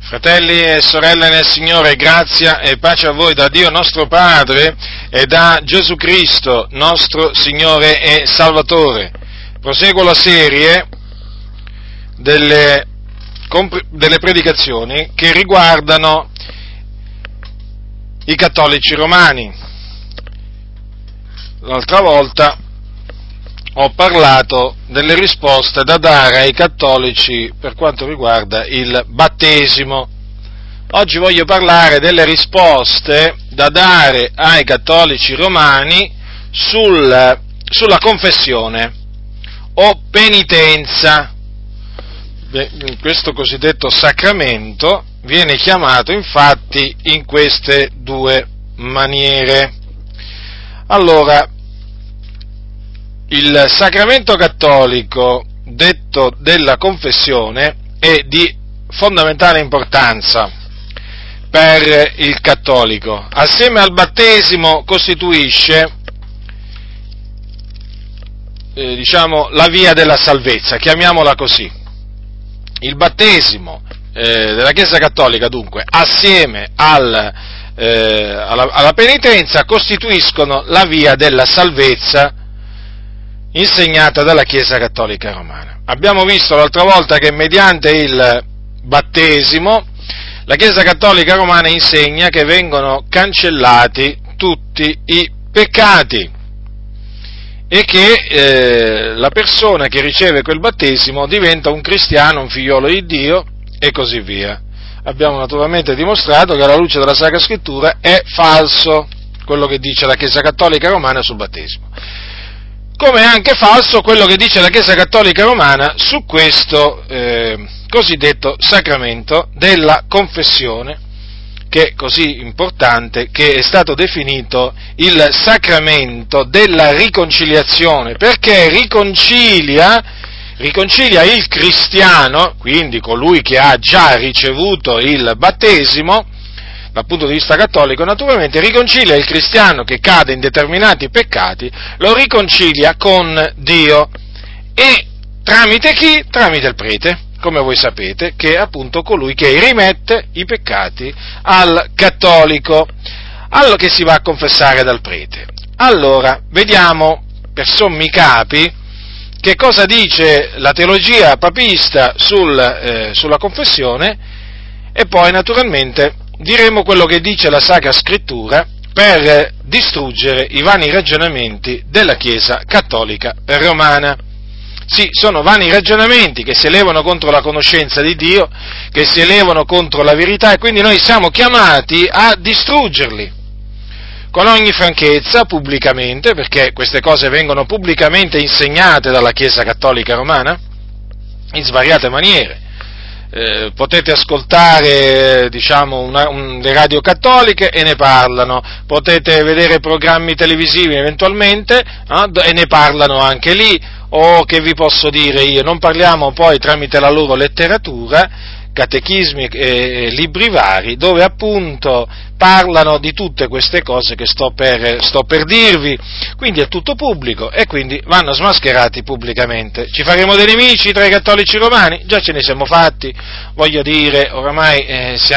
Fratelli e sorelle nel Signore, grazia e pace a voi da Dio nostro Padre e da Gesù Cristo, nostro Signore e Salvatore. Proseguo la serie delle predicazioni che riguardano i cattolici romani. L'altra volta ho parlato delle risposte da dare ai cattolici per quanto riguarda il battesimo. Oggi voglio parlare delle risposte da dare ai cattolici romani sulla confessione o penitenza. Questo cosiddetto sacramento viene chiamato infatti in queste due maniere. Allora, il sacramento cattolico, detto della confessione, è di fondamentale importanza per il cattolico. Assieme al battesimo costituisce, la via della salvezza, chiamiamola così. Il battesimo della Chiesa cattolica, dunque, assieme alla penitenza, costituiscono la via della salvezza insegnata dalla Chiesa cattolica romana. Abbiamo visto l'altra volta che mediante il battesimo la Chiesa cattolica romana insegna che vengono cancellati tutti i peccati e che la persona che riceve quel battesimo diventa un cristiano, un figliolo di Dio e così via. Abbiamo naturalmente dimostrato che alla luce della Sacra Scrittura è falso quello che dice la Chiesa cattolica romana sul battesimo. Come è anche falso quello che dice la Chiesa cattolica romana su questo cosiddetto sacramento della confessione, che è così importante, che è stato definito il sacramento della riconciliazione, perché riconcilia il cristiano, quindi colui che ha già ricevuto il battesimo, dal punto di vista cattolico, naturalmente riconcilia il cristiano che cade in determinati peccati, lo riconcilia con Dio. E tramite chi? Tramite il prete, come voi sapete, che è appunto colui che rimette i peccati al cattolico, che si va a confessare dal prete. Allora, vediamo per sommi capi che cosa dice la teologia papista sulla confessione e poi naturalmente diremo quello che dice la Sacra Scrittura per distruggere i vani ragionamenti della Chiesa cattolica romana. Sì, sono vani ragionamenti che si elevano contro la conoscenza di Dio, che si elevano contro la verità e quindi noi siamo chiamati a distruggerli con ogni franchezza, pubblicamente, perché queste cose vengono pubblicamente insegnate dalla Chiesa cattolica romana in svariate maniere. Potete ascoltare, le radio cattoliche e ne parlano, potete vedere programmi televisivi eventualmente e ne parlano anche lì, o che vi posso dire io, non parliamo poi tramite la loro letteratura, catechismi e libri vari, dove appunto parlano di tutte queste cose che sto per dirvi, quindi è tutto pubblico e quindi vanno smascherati pubblicamente. Ci faremo dei nemici tra i cattolici romani? Già ce ne siamo fatti, voglio dire, oramai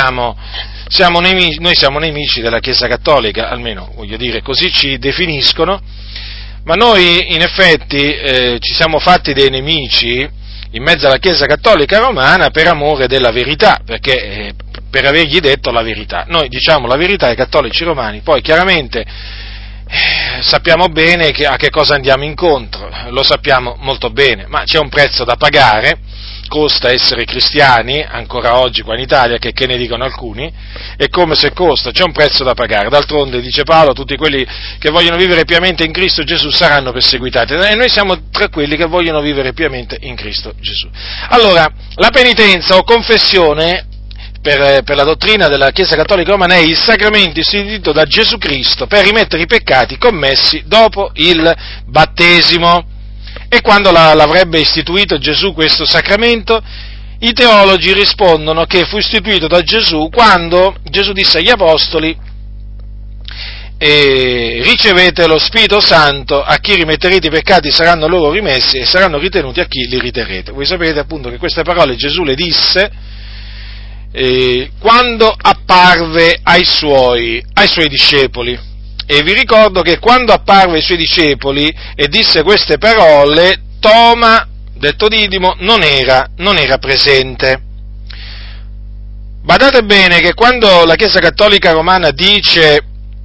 noi siamo nemici della Chiesa cattolica, almeno voglio dire, così ci definiscono, ma noi in effetti ci siamo fatti dei nemici in mezzo alla Chiesa cattolica romana per amore della verità, perché per avergli detto la verità. Noi diciamo la verità ai cattolici romani, poi chiaramente sappiamo bene a che cosa andiamo incontro, lo sappiamo molto bene, ma c'è un prezzo da pagare, costa essere cristiani, ancora oggi qua in Italia, che ne dicono alcuni, è come se costa, c'è un prezzo da pagare, d'altronde, dice Paolo, tutti quelli che vogliono vivere piamente in Cristo Gesù saranno perseguitati, e noi siamo tra quelli che vogliono vivere piamente in Cristo Gesù. Allora, la penitenza o confessione, per la dottrina della Chiesa cattolica romana, è il sacramento istituito da Gesù Cristo per rimettere i peccati commessi dopo il battesimo. E quando l'avrebbe istituito Gesù questo sacramento, i teologi rispondono che fu istituito da Gesù quando Gesù disse agli apostoli: ricevete lo Spirito Santo, a chi rimetterete i peccati saranno loro rimessi e saranno ritenuti a chi li riterrete. Voi sapete appunto che queste parole Gesù le disse quando apparve ai suoi discepoli. E vi ricordo che quando apparve ai suoi discepoli e disse queste parole, Toma, detto Didimo, non era presente. Badate bene che quando la Chiesa Cattolica Romana dice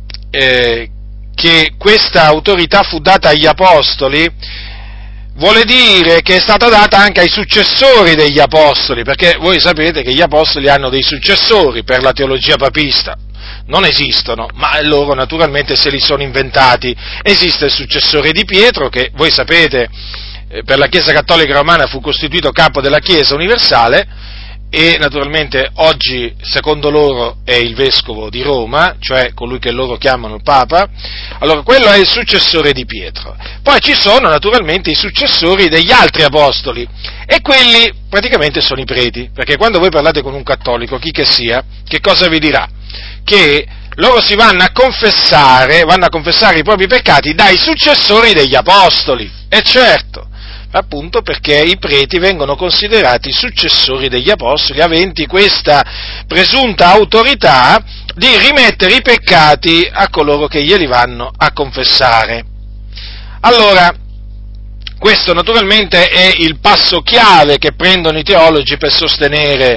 che questa autorità fu data agli Apostoli, vuole dire che è stata data anche ai successori degli Apostoli, perché voi sapete che gli Apostoli hanno dei successori per la teologia papista. Non esistono, ma loro naturalmente se li sono inventati. Esiste il successore di Pietro, che voi sapete per la Chiesa Cattolica Romana fu costituito capo della Chiesa universale, e naturalmente oggi, secondo loro, è il vescovo di Roma, cioè colui che loro chiamano il Papa. Allora, quello è il successore di Pietro. Poi ci sono naturalmente i successori degli altri apostoli, e quelli praticamente sono i preti, perché quando voi parlate con un cattolico, chi che sia, che cosa vi dirà? Che loro si vanno a confessare i propri peccati dai successori degli apostoli, e certo, appunto perché i preti vengono considerati successori degli apostoli, aventi questa presunta autorità di rimettere i peccati a coloro che glieli vanno a confessare. Allora, questo naturalmente è il passo chiave che prendono i teologi per sostenere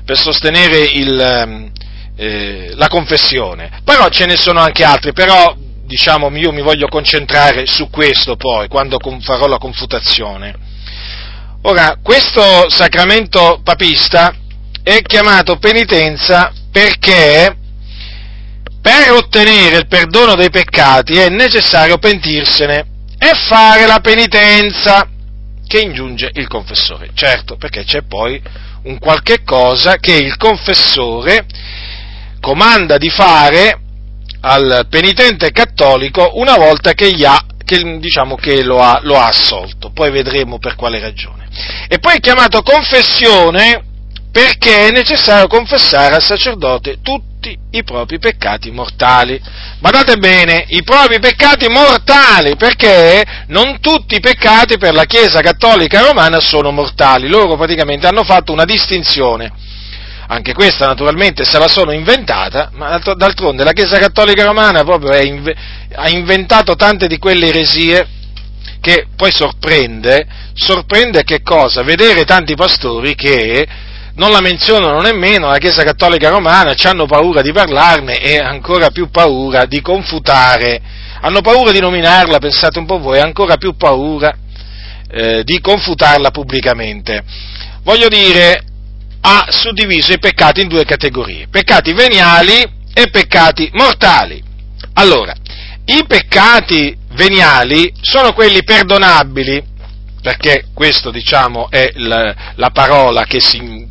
la confessione. Però ce ne sono anche altri, però io mi voglio concentrare su questo poi, quando farò la confutazione. Ora, questo sacramento papista è chiamato penitenza perché per ottenere il perdono dei peccati è necessario pentirsene e fare la penitenza che ingiunge il confessore. Certo, perché c'è poi un qualche cosa che il confessore comanda di fare al penitente cattolico una volta che lo ha assolto. Poi vedremo per quale ragione. E poi è chiamato confessione perché è necessario confessare al sacerdote tutti i propri peccati mortali. Badate bene, i propri peccati mortali, perché non tutti i peccati per la Chiesa Cattolica Romana sono mortali. Loro praticamente hanno fatto una distinzione. Anche questa naturalmente se la sono inventata, ma d'altronde la Chiesa Cattolica Romana proprio ha inventato tante di quelle eresie che poi sorprende che cosa? Vedere tanti pastori che non la menzionano nemmeno la Chiesa Cattolica Romana, hanno paura di parlarne e ancora più paura di confutare, hanno paura di nominarla, pensate un po' voi, ancora più paura di confutarla pubblicamente. Voglio dire, ha suddiviso i peccati in due categorie, peccati veniali e peccati mortali. Allora, i peccati veniali sono quelli perdonabili, perché questo è la parola che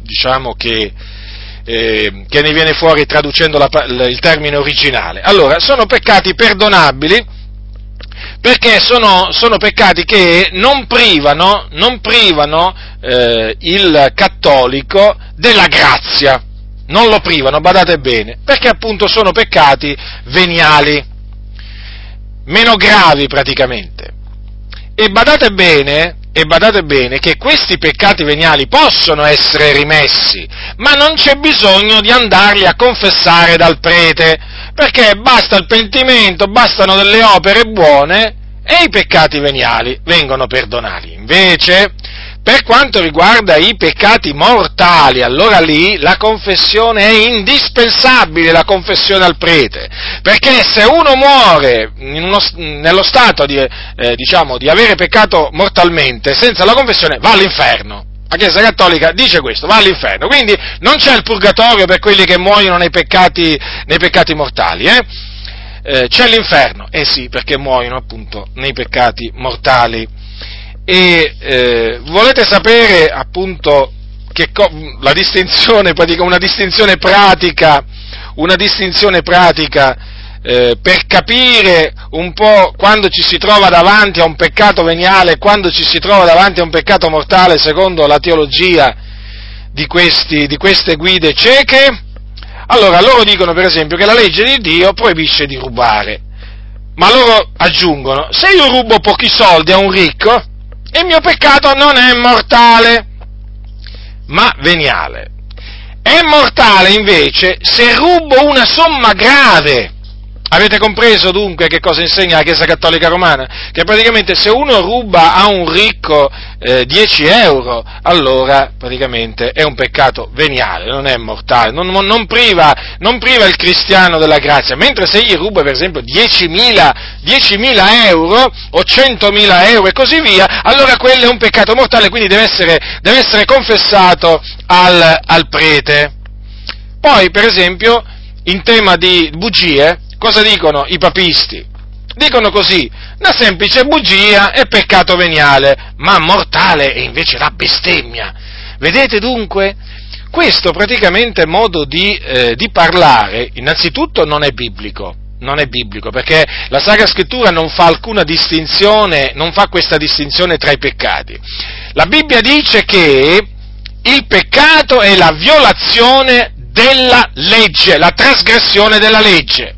ne viene fuori traducendo il termine originale. Allora, sono peccati perdonabili perché sono peccati che non privano il cattolico della grazia, non lo privano, badate bene, perché appunto sono peccati veniali, meno gravi praticamente. E badate bene che questi peccati veniali possono essere rimessi, ma non c'è bisogno di andarli a confessare dal prete, perché basta il pentimento, bastano delle opere buone e i peccati veniali vengono perdonati. Invece, per quanto riguarda i peccati mortali, allora lì la confessione è indispensabile, la confessione al prete, perché se uno muore nello stato di avere peccato mortalmente, senza la confessione va all'inferno. La Chiesa Cattolica dice questo, va all'inferno, quindi non c'è il purgatorio per quelli che muoiono nei peccati mortali, c'è l'inferno, sì, perché muoiono appunto nei peccati mortali. E volete sapere appunto la distinzione, una distinzione pratica per capire un po' quando ci si trova davanti a un peccato veniale e quando ci si trova davanti a un peccato mortale secondo la teologia di queste guide cieche? Allora, loro dicono per esempio che la legge di Dio proibisce di rubare, ma loro aggiungono: se io rubo pochi soldi a un ricco, il mio peccato non è mortale, ma veniale. È mortale invece se rubo una somma grave. Avete compreso dunque che cosa insegna la Chiesa Cattolica Romana? Che praticamente se uno ruba a un ricco 10 euro, allora praticamente è un peccato veniale, non è mortale, non priva il cristiano della grazia, mentre se gli ruba per esempio 10.000 euro o 100.000 euro e così via, allora quello è un peccato mortale, quindi deve essere confessato al prete. Poi per esempio in tema di bugie, cosa dicono i papisti? Dicono così: una semplice bugia è peccato veniale, ma mortale è invece la bestemmia. Vedete dunque? Questo praticamente modo di parlare, innanzitutto non è biblico, perché la Sacra Scrittura non fa alcuna distinzione, non fa questa distinzione tra i peccati. La Bibbia dice che il peccato è la violazione della legge, la trasgressione della legge.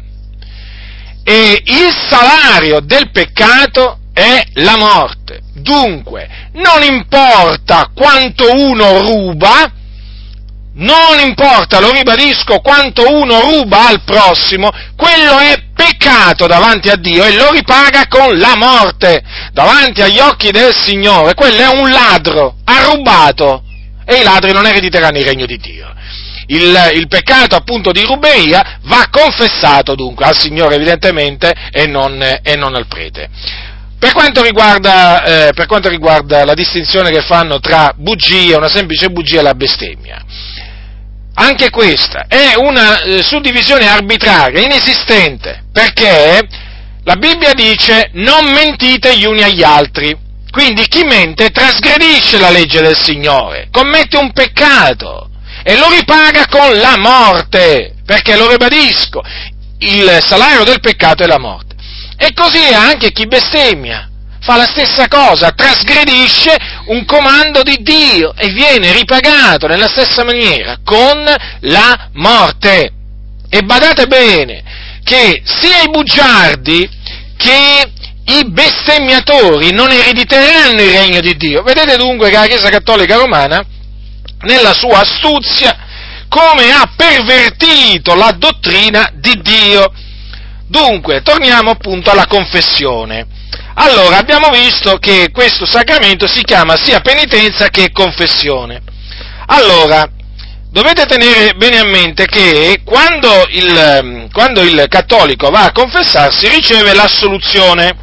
E il salario del peccato è la morte. Dunque, non importa quanto uno ruba, non importa, lo ribadisco, quanto uno ruba al prossimo, quello è peccato davanti a Dio e lo ripaga con la morte davanti agli occhi del Signore. Quello è un ladro, ha rubato, e i ladri non erediteranno il regno di Dio. Il peccato appunto di ruberia va confessato dunque al Signore evidentemente e non al prete. Per quanto riguarda la distinzione che fanno tra bugia, una semplice bugia e la bestemmia, anche questa è una suddivisione arbitraria, inesistente, perché la Bibbia dice: non mentite gli uni agli altri. Quindi chi mente trasgredisce la legge del Signore, commette un peccato e lo ripaga con la morte, perché, lo ribadisco, il salario del peccato è la morte. E così è anche chi bestemmia, fa la stessa cosa, trasgredisce un comando di Dio e viene ripagato nella stessa maniera, con la morte. E badate bene che sia i bugiardi che i bestemmiatori non erediteranno il regno di Dio. Vedete dunque che la Chiesa Cattolica Romana, nella sua astuzia, come ha pervertito la dottrina di Dio. Dunque, torniamo appunto alla confessione. Allora, abbiamo visto che questo sacramento si chiama sia penitenza che confessione. Allora, dovete tenere bene a mente che quando il cattolico va a confessarsi riceve l'assoluzione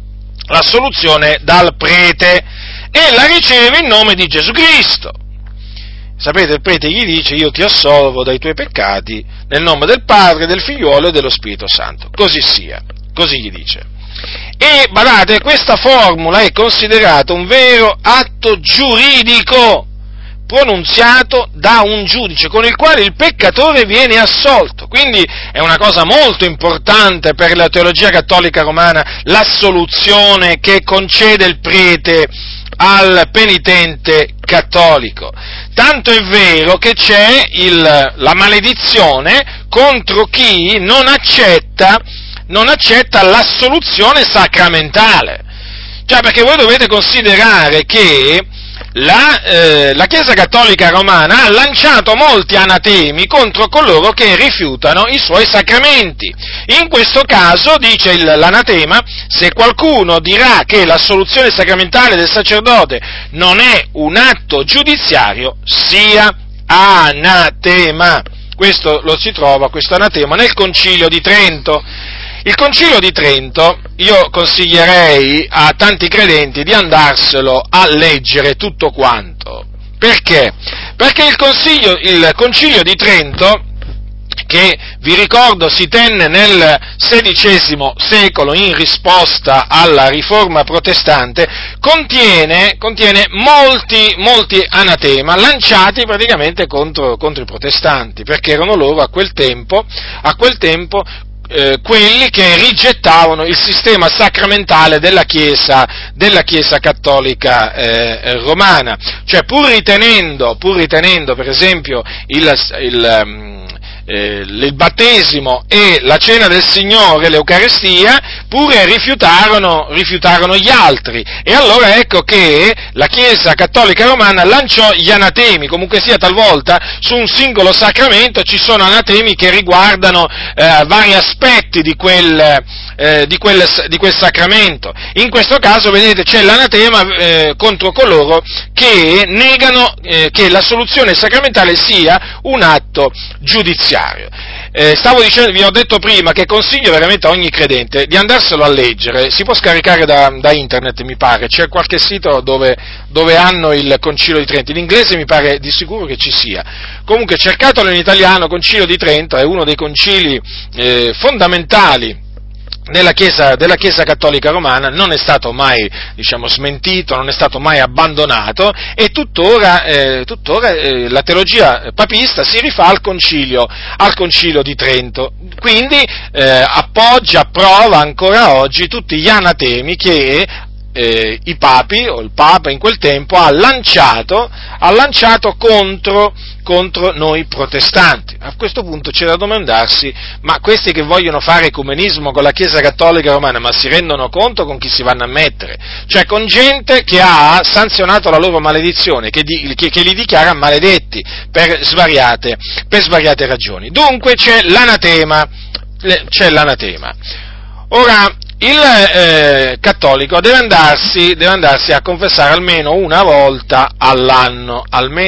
dal prete, e la riceve in nome di Gesù Cristo. Sapete, il prete gli dice: io ti assolvo dai tuoi peccati nel nome del Padre, del Figliuolo e dello Spirito Santo. Così sia, così gli dice. E badate, questa formula è considerata un vero atto giuridico pronunziato da un giudice, con il quale il peccatore viene assolto. Quindi è una cosa molto importante per la teologia cattolica romana l'assoluzione che concede il prete al penitente cattolico. Tanto è vero che c'è la maledizione contro chi non accetta l'assoluzione sacramentale. Cioè, perché voi dovete considerare che la Chiesa Cattolica Romana ha lanciato molti anatemi contro coloro che rifiutano i suoi sacramenti. In questo caso, dice l'anatema, se qualcuno dirà che l'assoluzione sacramentale del sacerdote non è un atto giudiziario, sia anatema. Questo anatema nel Concilio di Trento. Il Concilio di Trento, io consiglierei a tanti credenti di andarselo a leggere tutto quanto. Perché? Perché il Concilio di Trento, che vi ricordo si tenne nel XVI secolo in risposta alla Riforma protestante, contiene molti anatema lanciati praticamente contro i protestanti, perché erano loro a quel tempo quelli che rigettavano il sistema sacramentale della Chiesa cattolica romana, cioè pur ritenendo per esempio il battesimo e la cena del Signore, l'Eucarestia, pure rifiutarono gli altri, e allora ecco che la Chiesa Cattolica Romana lanciò gli anatemi. Comunque sia, talvolta su un singolo sacramento ci sono anatemi che riguardano vari aspetti di quel sacramento. In questo caso, vedete, c'è l'anatema contro coloro che negano che la soluzione sacramentale sia un atto giudiziario. Stavo dicendo, vi ho detto prima che consiglio veramente a ogni credente di andarselo a leggere. Si può scaricare da internet, mi pare, c'è qualche sito dove hanno il Concilio di Trento. In inglese mi pare di sicuro che ci sia. Comunque cercatelo in italiano. Concilio di Trento è uno dei concili fondamentali della Chiesa Cattolica Romana, non è stato mai, smentito, non è stato mai abbandonato, e tuttora la teologia papista si rifà al concilio di Trento. Quindi approva ancora oggi tutti gli anatemi che i papi, o il Papa in quel tempo, ha lanciato contro noi protestanti. A questo punto c'è da domandarsi: ma questi che vogliono fare ecumenismo con la Chiesa Cattolica Romana, ma si rendono conto con chi si vanno a mettere? Cioè con gente che ha sanzionato la loro maledizione, che li dichiara maledetti per svariate ragioni. Dunque c'è l'anatema. Ora, il cattolico deve andarsi a confessare almeno una volta all'anno.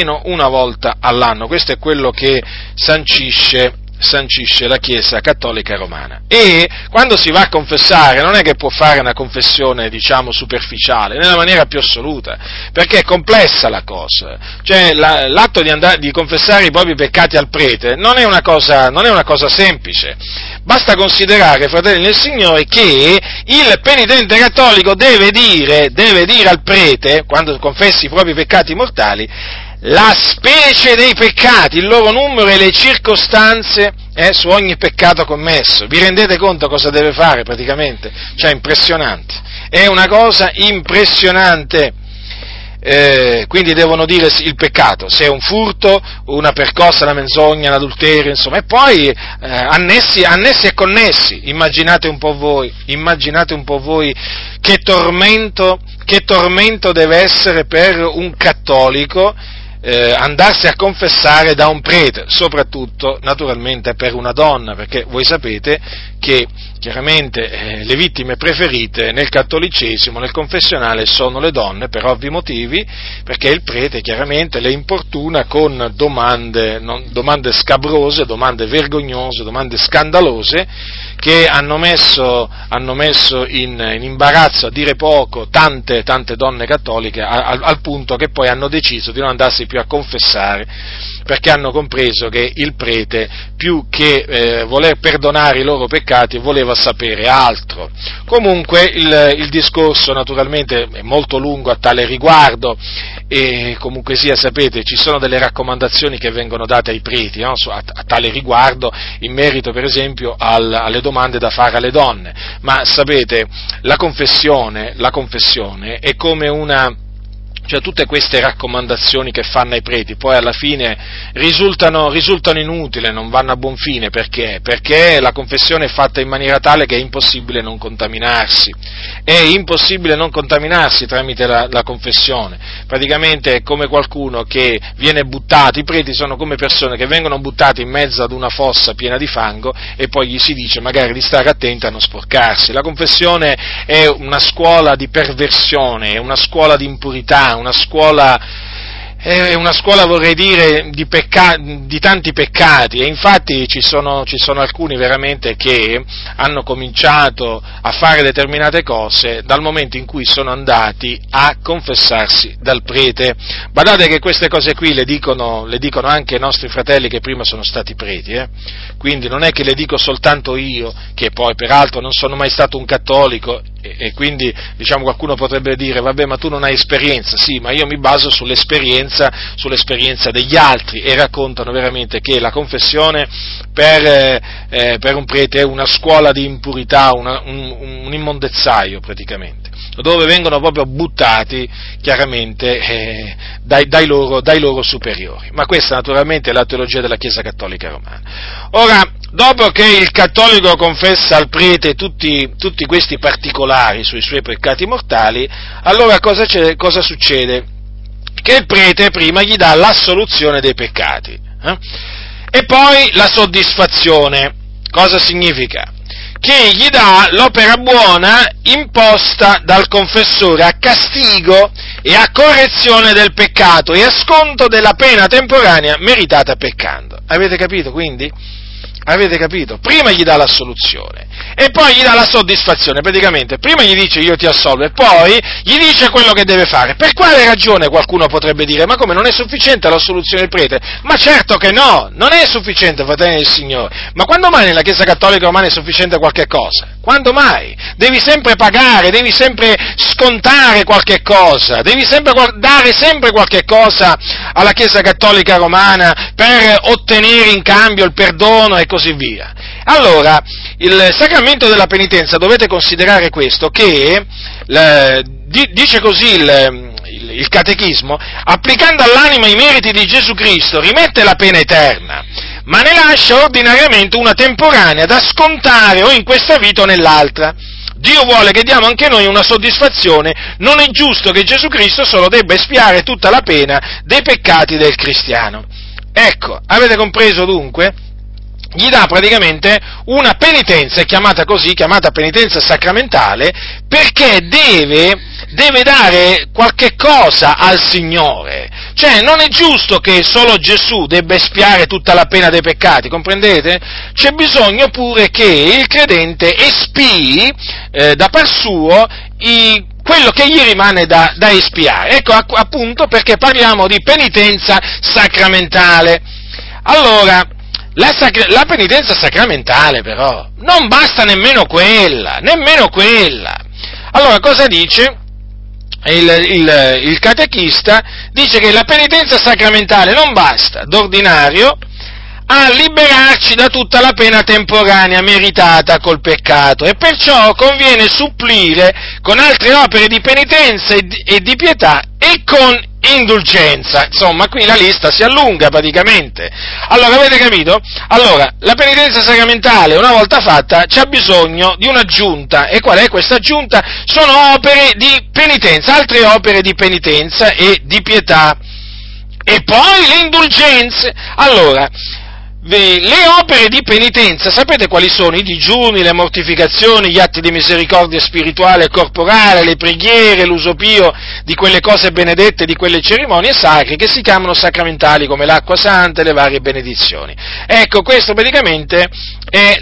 Questo è quello che sancisce la Chiesa Cattolica Romana. E quando si va a confessare non è che può fare una confessione, superficiale, nella maniera più assoluta, perché è complessa la cosa. Cioè l'atto di confessare i propri peccati al prete non è una cosa semplice. Basta considerare, fratelli nel Signore, che il penitente cattolico deve dire al prete, quando confessi i propri peccati mortali, la specie dei peccati, il loro numero e le circostanze su ogni peccato commesso. Vi rendete conto cosa deve fare praticamente? Cioè, impressionante. È una cosa impressionante. Quindi devono dire il peccato, se è un furto, una percossa, una menzogna, un adulterio, insomma, e poi annessi e connessi. Immaginate un po' voi che tormento deve essere per un cattolico andarsi a confessare da un prete, soprattutto naturalmente per una donna, perché voi sapete che chiaramente le vittime preferite nel cattolicesimo, nel confessionale, sono le donne, per ovvi motivi, perché il prete chiaramente le importuna con domande scabrose, domande vergognose, domande scandalose, che hanno messo in imbarazzo, a dire poco, tante donne cattoliche, al punto che poi hanno deciso di non andarsi più a confessare, perché hanno compreso che il prete, più che voler perdonare i loro peccati, voleva sapere altro. Comunque il discorso naturalmente è molto lungo a tale riguardo, e comunque sia, sapete, ci sono delle raccomandazioni che vengono date ai preti, no? a tale riguardo, in merito per esempio alle domande da fare alle donne. Ma sapete, la confessione è come cioè tutte queste raccomandazioni che fanno ai preti poi alla fine risultano inutili, non vanno a buon fine. Perché? Perché la confessione è fatta in maniera tale che è impossibile non contaminarsi tramite la confessione. Praticamente è come qualcuno che viene buttato, i preti sono come persone che vengono buttate in mezzo ad una fossa piena di fango e poi gli si dice magari di stare attenti a non sporcarsi. La confessione è una scuola di perversione, è una scuola di impurità, è una scuola, vorrei dire, di tanti peccati, e infatti ci sono alcuni veramente che hanno cominciato a fare determinate cose dal momento in cui sono andati a confessarsi dal prete. Badate che queste cose qui le dicono anche i nostri fratelli che prima sono stati preti, quindi non è che le dico soltanto io, che poi peraltro non sono mai stato un cattolico, e quindi qualcuno potrebbe dire: vabbè, ma tu non hai esperienza. Sì, ma io mi baso sull'esperienza degli altri, e raccontano veramente che la confessione per un prete è una scuola di impurità, un immondezzaio praticamente, dove vengono proprio buttati chiaramente dai loro superiori. Ma questa naturalmente è la teologia della Chiesa Cattolica Romana. Ora, dopo che il cattolico confessa al prete tutti questi particolari sui suoi peccati mortali, allora cosa succede? Che il prete prima gli dà l'assoluzione dei peccati, e poi la soddisfazione. Cosa significa? Che gli dà l'opera buona imposta dal confessore a castigo e a correzione del peccato e a sconto della pena temporanea meritata peccando. Avete capito quindi? Avete capito? Prima gli dà l'assoluzione e poi gli dà la soddisfazione, praticamente prima gli dice io ti assolvo e poi gli dice quello che deve fare. Per quale ragione qualcuno potrebbe dire ma come non è sufficiente l'assoluzione del prete? Ma certo che no, non è sufficiente, fratelli del Signore. Ma quando mai nella Chiesa Cattolica Romana è sufficiente qualche cosa? Quando mai? Devi sempre pagare, devi sempre scontare qualche cosa, devi sempre dare sempre qualche cosa alla Chiesa Cattolica Romana per ottenere in cambio il perdono e così via. Allora, il sacramento della penitenza, dovete considerare questo, che dice così il catechismo, applicando all'anima i meriti di Gesù Cristo, rimette la pena eterna, ma ne lascia ordinariamente una temporanea da scontare o in questa vita o nell'altra. Dio vuole che diamo anche noi una soddisfazione, non è giusto che Gesù Cristo solo debba espiare tutta la pena dei peccati del cristiano. Ecco, avete compreso dunque? Gli dà praticamente una penitenza, è chiamata così, chiamata penitenza sacramentale, perché deve dare qualche cosa al Signore. Cioè, non è giusto che solo Gesù debba espiare tutta la pena dei peccati, comprendete? C'è bisogno pure che il credente espii da par suo quello che gli rimane da espiare. Ecco, appunto perché parliamo di penitenza sacramentale. Allora, la penitenza sacramentale però non basta nemmeno quella. Allora cosa dice? Il catechista dice che la penitenza sacramentale non basta d'ordinario a liberarci da tutta la pena temporanea meritata col peccato e perciò conviene supplire con altre opere di penitenza e di pietà e con indulgenza. Insomma, qui la lista si allunga praticamente. Allora, avete capito? Allora, la penitenza sacramentale, una volta fatta, c'ha bisogno di un'aggiunta. E qual è questa aggiunta? Sono opere di penitenza, altre opere di penitenza e di pietà. E poi le indulgenze. Allora, le opere di penitenza, sapete quali sono? I digiuni, le mortificazioni, gli atti di misericordia spirituale e corporale, le preghiere, l'uso pio di quelle cose benedette, di quelle cerimonie sacre che si chiamano sacramentali, come l'acqua santa e le varie benedizioni. Ecco, questo praticamente è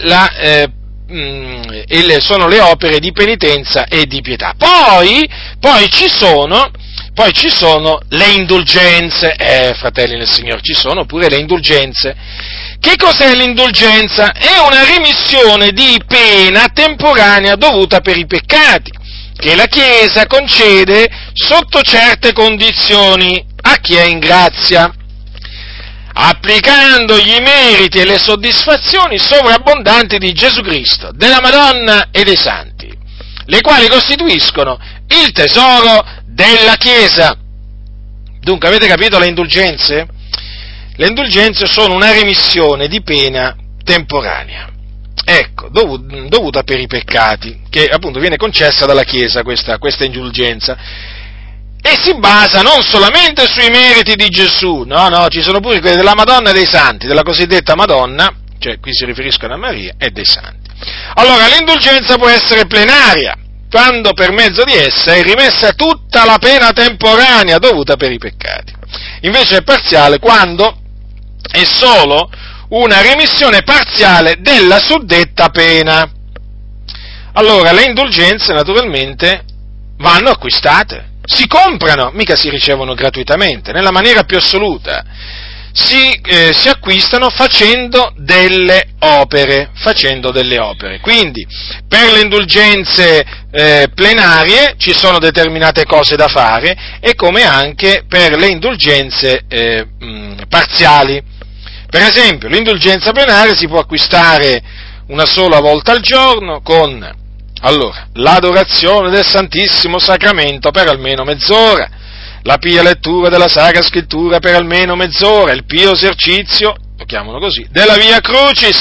sono le opere di penitenza e di pietà. Poi ci sono le indulgenze, fratelli nel Signore, ci sono pure le indulgenze. Che cos'è l'indulgenza? È una remissione di pena temporanea dovuta per i peccati, che la Chiesa concede sotto certe condizioni a chi è in grazia, applicando i meriti e le soddisfazioni sovrabbondanti di Gesù Cristo, della Madonna e dei Santi, le quali costituiscono il tesoro della Chiesa. Dunque, avete capito le indulgenze? Le indulgenze sono una remissione di pena temporanea, ecco, dovuta per i peccati, che appunto viene concessa dalla Chiesa questa indulgenza, e si basa non solamente sui meriti di Gesù, no, ci sono pure quelli della Madonna e dei Santi, della cosiddetta Madonna, cioè qui si riferiscono a Maria, e dei Santi. Allora, l'indulgenza può essere plenaria, quando per mezzo di essa è rimessa tutta la pena temporanea dovuta per i peccati. Invece è parziale quando è solo una remissione parziale della suddetta pena. Allora, le indulgenze naturalmente vanno acquistate, si comprano, mica si ricevono gratuitamente, nella maniera più assoluta. Si acquistano facendo delle opere. Quindi, per le indulgenze plenarie ci sono determinate cose da fare, e come anche per le indulgenze parziali. Per esempio, l'indulgenza plenaria si può acquistare una sola volta al giorno con, allora, l'adorazione del Santissimo Sacramento per almeno mezz'ora, la pia lettura della Sacra Scrittura per almeno mezz'ora, il pio esercizio, lo chiamano così, della Via Crucis,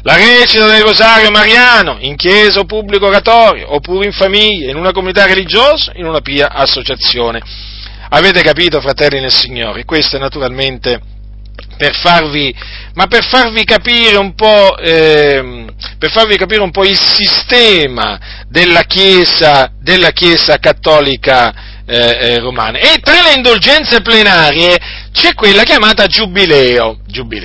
la recita del rosario mariano, in chiesa o pubblico oratorio, oppure in famiglia, in una comunità religiosa, in una pia associazione. Avete capito, fratelli nel Signore? Questo è naturalmente per farvi capire un po', il sistema della Chiesa cattolica romana. E tra le indulgenze plenarie c'è quella chiamata giubileo.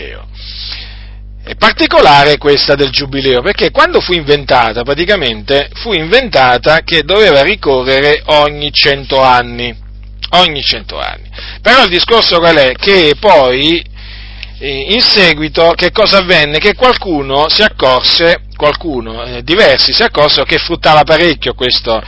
È particolare questa del giubileo, perché quando fu inventata, praticamente fu inventata che doveva ricorrere ogni 100 anni. Però il discorso qual è? Che poi in seguito che cosa avvenne? Che diversi si accorsero che fruttava parecchio questo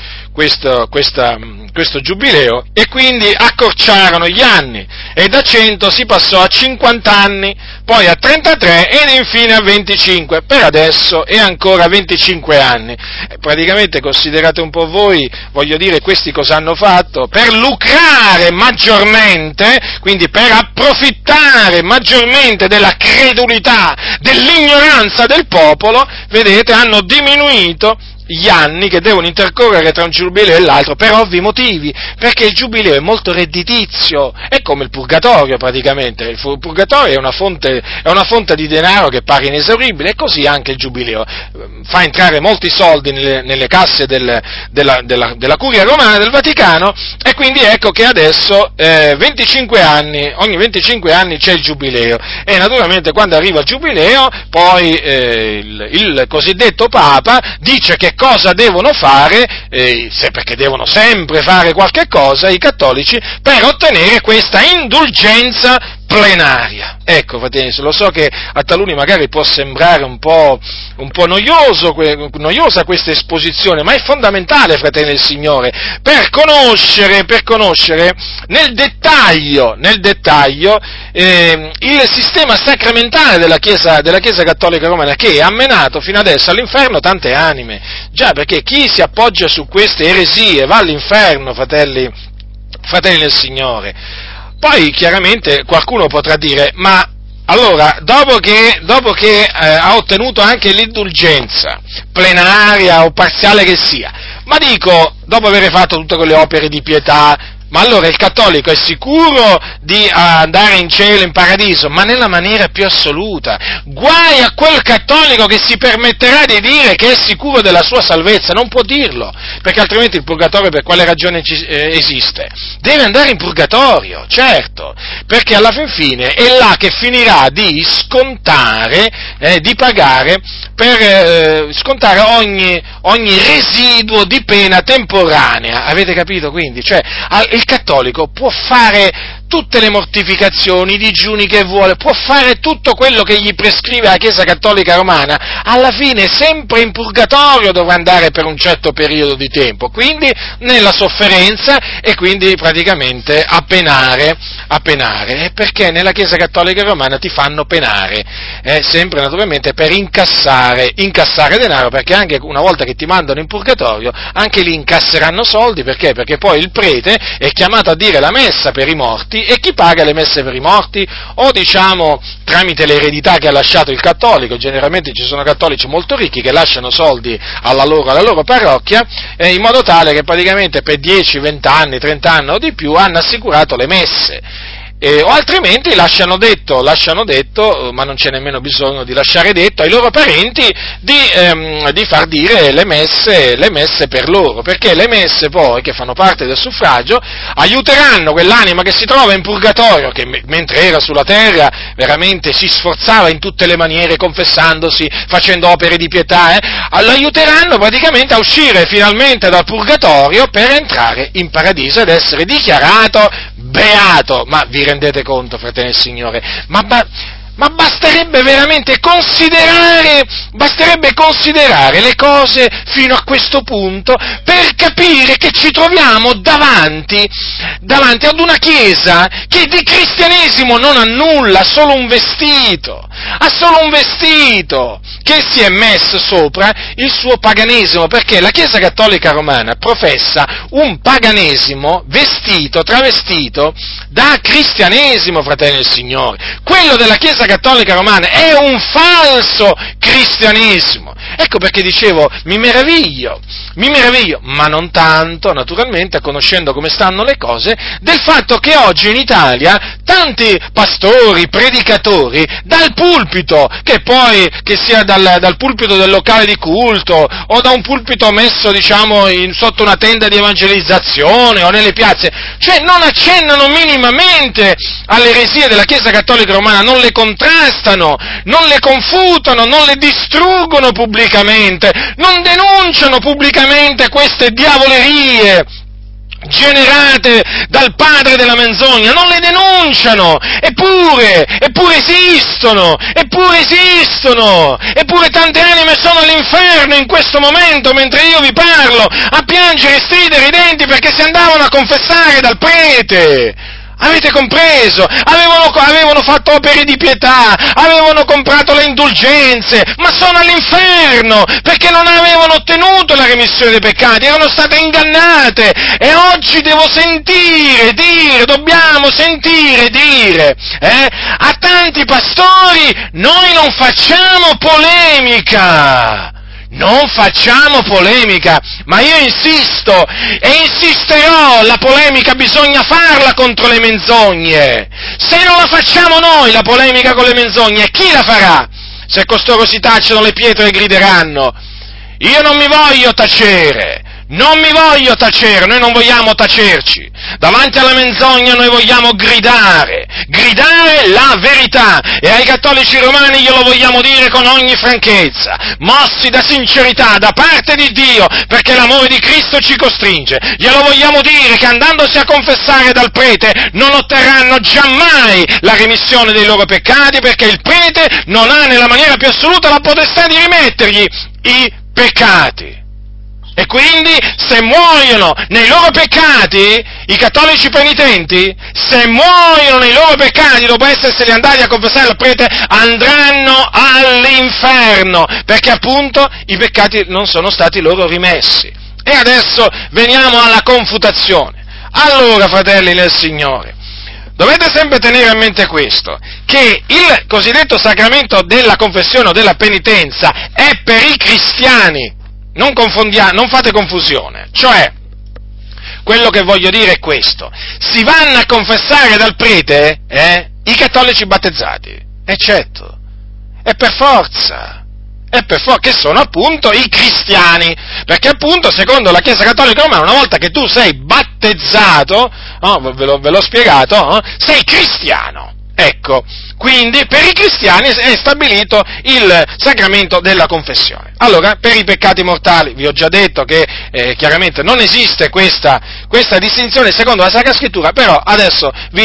giubileo, e quindi accorciarono gli anni, e da 100 si passò a 50 anni, poi a 33 ed infine a 25, per adesso è ancora 25 anni. Praticamente considerate un po' voi, voglio dire, questi cosa hanno fatto? Per lucrare maggiormente, quindi per approfittare maggiormente della credulità, dell'ignoranza del popolo, vedete, hanno diminuito gli anni che devono intercorrere tra un giubileo e l'altro, per ovvi motivi, perché il giubileo è molto redditizio, è come il purgatorio praticamente. Il purgatorio è una fonte di denaro che pare inesauribile, e così anche il giubileo fa entrare molti soldi nelle casse della curia romana del Vaticano, e quindi ecco che adesso ogni 25 anni c'è il giubileo, e naturalmente quando arriva il giubileo poi il cosiddetto Papa dice che cosa devono fare, perché devono sempre fare qualche cosa i cattolici per ottenere questa indulgenza plenaria. Ecco, fratelli, lo so che a taluni magari può sembrare un po' noiosa questa esposizione, ma è fondamentale, fratelli del Signore, per conoscere nel dettaglio il sistema sacramentale della Chiesa Cattolica Romana, che ha menato fino adesso all'inferno tante anime. Già, perché chi si appoggia su queste eresie va all'inferno, fratelli del Signore. Poi chiaramente qualcuno potrà dire: ma allora, dopo che ha ottenuto anche l'indulgenza plenaria o parziale che sia, ma dico, dopo aver fatto tutte quelle opere di pietà, ma allora il cattolico è sicuro di andare in cielo, in paradiso? Ma nella maniera più assoluta. Guai a quel cattolico che si permetterà di dire che è sicuro della sua salvezza. Non può dirlo, perché altrimenti il purgatorio per quale ragione esiste? Deve andare in purgatorio, certo, perché alla fin fine è là che finirà di scontare, di pagare per scontare ogni residuo di pena temporanea. Avete capito quindi? Cioè, il cattolico può fare tutte le mortificazioni, i digiuni che vuole, può fare tutto quello che gli prescrive la Chiesa Cattolica Romana, alla fine sempre in purgatorio dovrà andare per un certo periodo di tempo, quindi nella sofferenza, e quindi praticamente a penare, perché nella Chiesa Cattolica Romana ti fanno penare, sempre naturalmente per incassare denaro, perché anche una volta che ti mandano in purgatorio, anche lì incasseranno soldi, perché? Perché poi il prete è chiamato a dire la messa per i morti, e chi paga le messe per i morti? O diciamo tramite l'eredità che ha lasciato il cattolico. Generalmente ci sono cattolici molto ricchi che lasciano soldi alla loro parrocchia, in modo tale che praticamente per 10, 20 anni, 30 anni o di più hanno assicurato le messe. O altrimenti lasciano detto, ma non c'è nemmeno bisogno di lasciare detto ai loro parenti di far dire le messe per loro, perché le messe poi, che fanno parte del suffragio, aiuteranno quell'anima che si trova in purgatorio, che mentre era sulla terra veramente si sforzava in tutte le maniere, confessandosi, facendo opere di pietà, lo aiuteranno praticamente a uscire finalmente dal purgatorio per entrare in paradiso ed essere dichiarato beato. Ma vi rendete conto, fratelli del Signore? Ma basterebbe veramente considerare le cose fino a questo punto per capire che ci troviamo davanti ad una Chiesa che di cristianesimo non ha nulla, ha solo un vestito che si è messo sopra il suo paganesimo, perché la Chiesa Cattolica Romana professa un paganesimo travestito da cristianesimo, fratelli del Signore. Quello della Chiesa Cattolica Romana è un falso cristianesimo, cristianesimo. Ecco perché dicevo, mi meraviglio, ma non tanto, naturalmente, conoscendo come stanno le cose, del fatto che oggi in Italia tanti pastori, predicatori, dal pulpito, che sia dal pulpito del locale di culto, o da un pulpito messo, diciamo, sotto una tenda di evangelizzazione, o nelle piazze, cioè non accennano minimamente alle eresie della Chiesa Cattolica Romana, non le contrastano, non le confutano, non le distruggono pubblicamente, non denunciano pubblicamente queste diavolerie generate dal padre della menzogna, non le denunciano, eppure esistono, eppure tante anime sono all'inferno in questo momento, mentre io vi parlo, a piangere e stridere i denti perché si andavano a confessare dal prete. Avete compreso? Avevano fatto opere di pietà, avevano comprato le indulgenze, ma sono all'inferno, perché non avevano ottenuto la remissione dei peccati, erano state ingannate, e oggi dobbiamo sentire dire, a tanti pastori, noi non facciamo polemica, ma io insisto e insisterò, la polemica bisogna farla contro le menzogne. Se non la facciamo noi la polemica con le menzogne, chi la farà? Se costoro si tacciono le pietre e grideranno. Io non mi voglio tacere, noi non vogliamo tacerci. Davanti alla menzogna noi vogliamo gridare la verità, e ai cattolici romani glielo vogliamo dire con ogni franchezza, mossi da sincerità, da parte di Dio, perché l'amore di Cristo ci costringe. Glielo vogliamo dire che andandosi a confessare dal prete non otterranno giammai la remissione dei loro peccati, perché il prete non ha nella maniera più assoluta la potestà di rimettergli i peccati. E quindi, se muoiono nei loro peccati, i cattolici penitenti, se muoiono nei loro peccati dopo esserseli andati a confessare al prete, andranno all'inferno, perché appunto i peccati non sono stati loro rimessi. E adesso veniamo alla confutazione. Allora, fratelli nel Signore, dovete sempre tenere a mente questo, che il cosiddetto sacramento della confessione o della penitenza è per i cristiani. Non fate confusione, cioè, quello che voglio dire è questo: si vanno a confessare dal prete, i cattolici battezzati, eccetto, è per forza, che sono appunto i cristiani, perché appunto, secondo la Chiesa Cattolica Romana, una volta che tu sei battezzato, ve l'ho spiegato, sei cristiano. Ecco, quindi per i cristiani è stabilito il sacramento della confessione. Allora, per i peccati mortali, vi ho già detto che chiaramente non esiste questa distinzione secondo la Sacra Scrittura, però adesso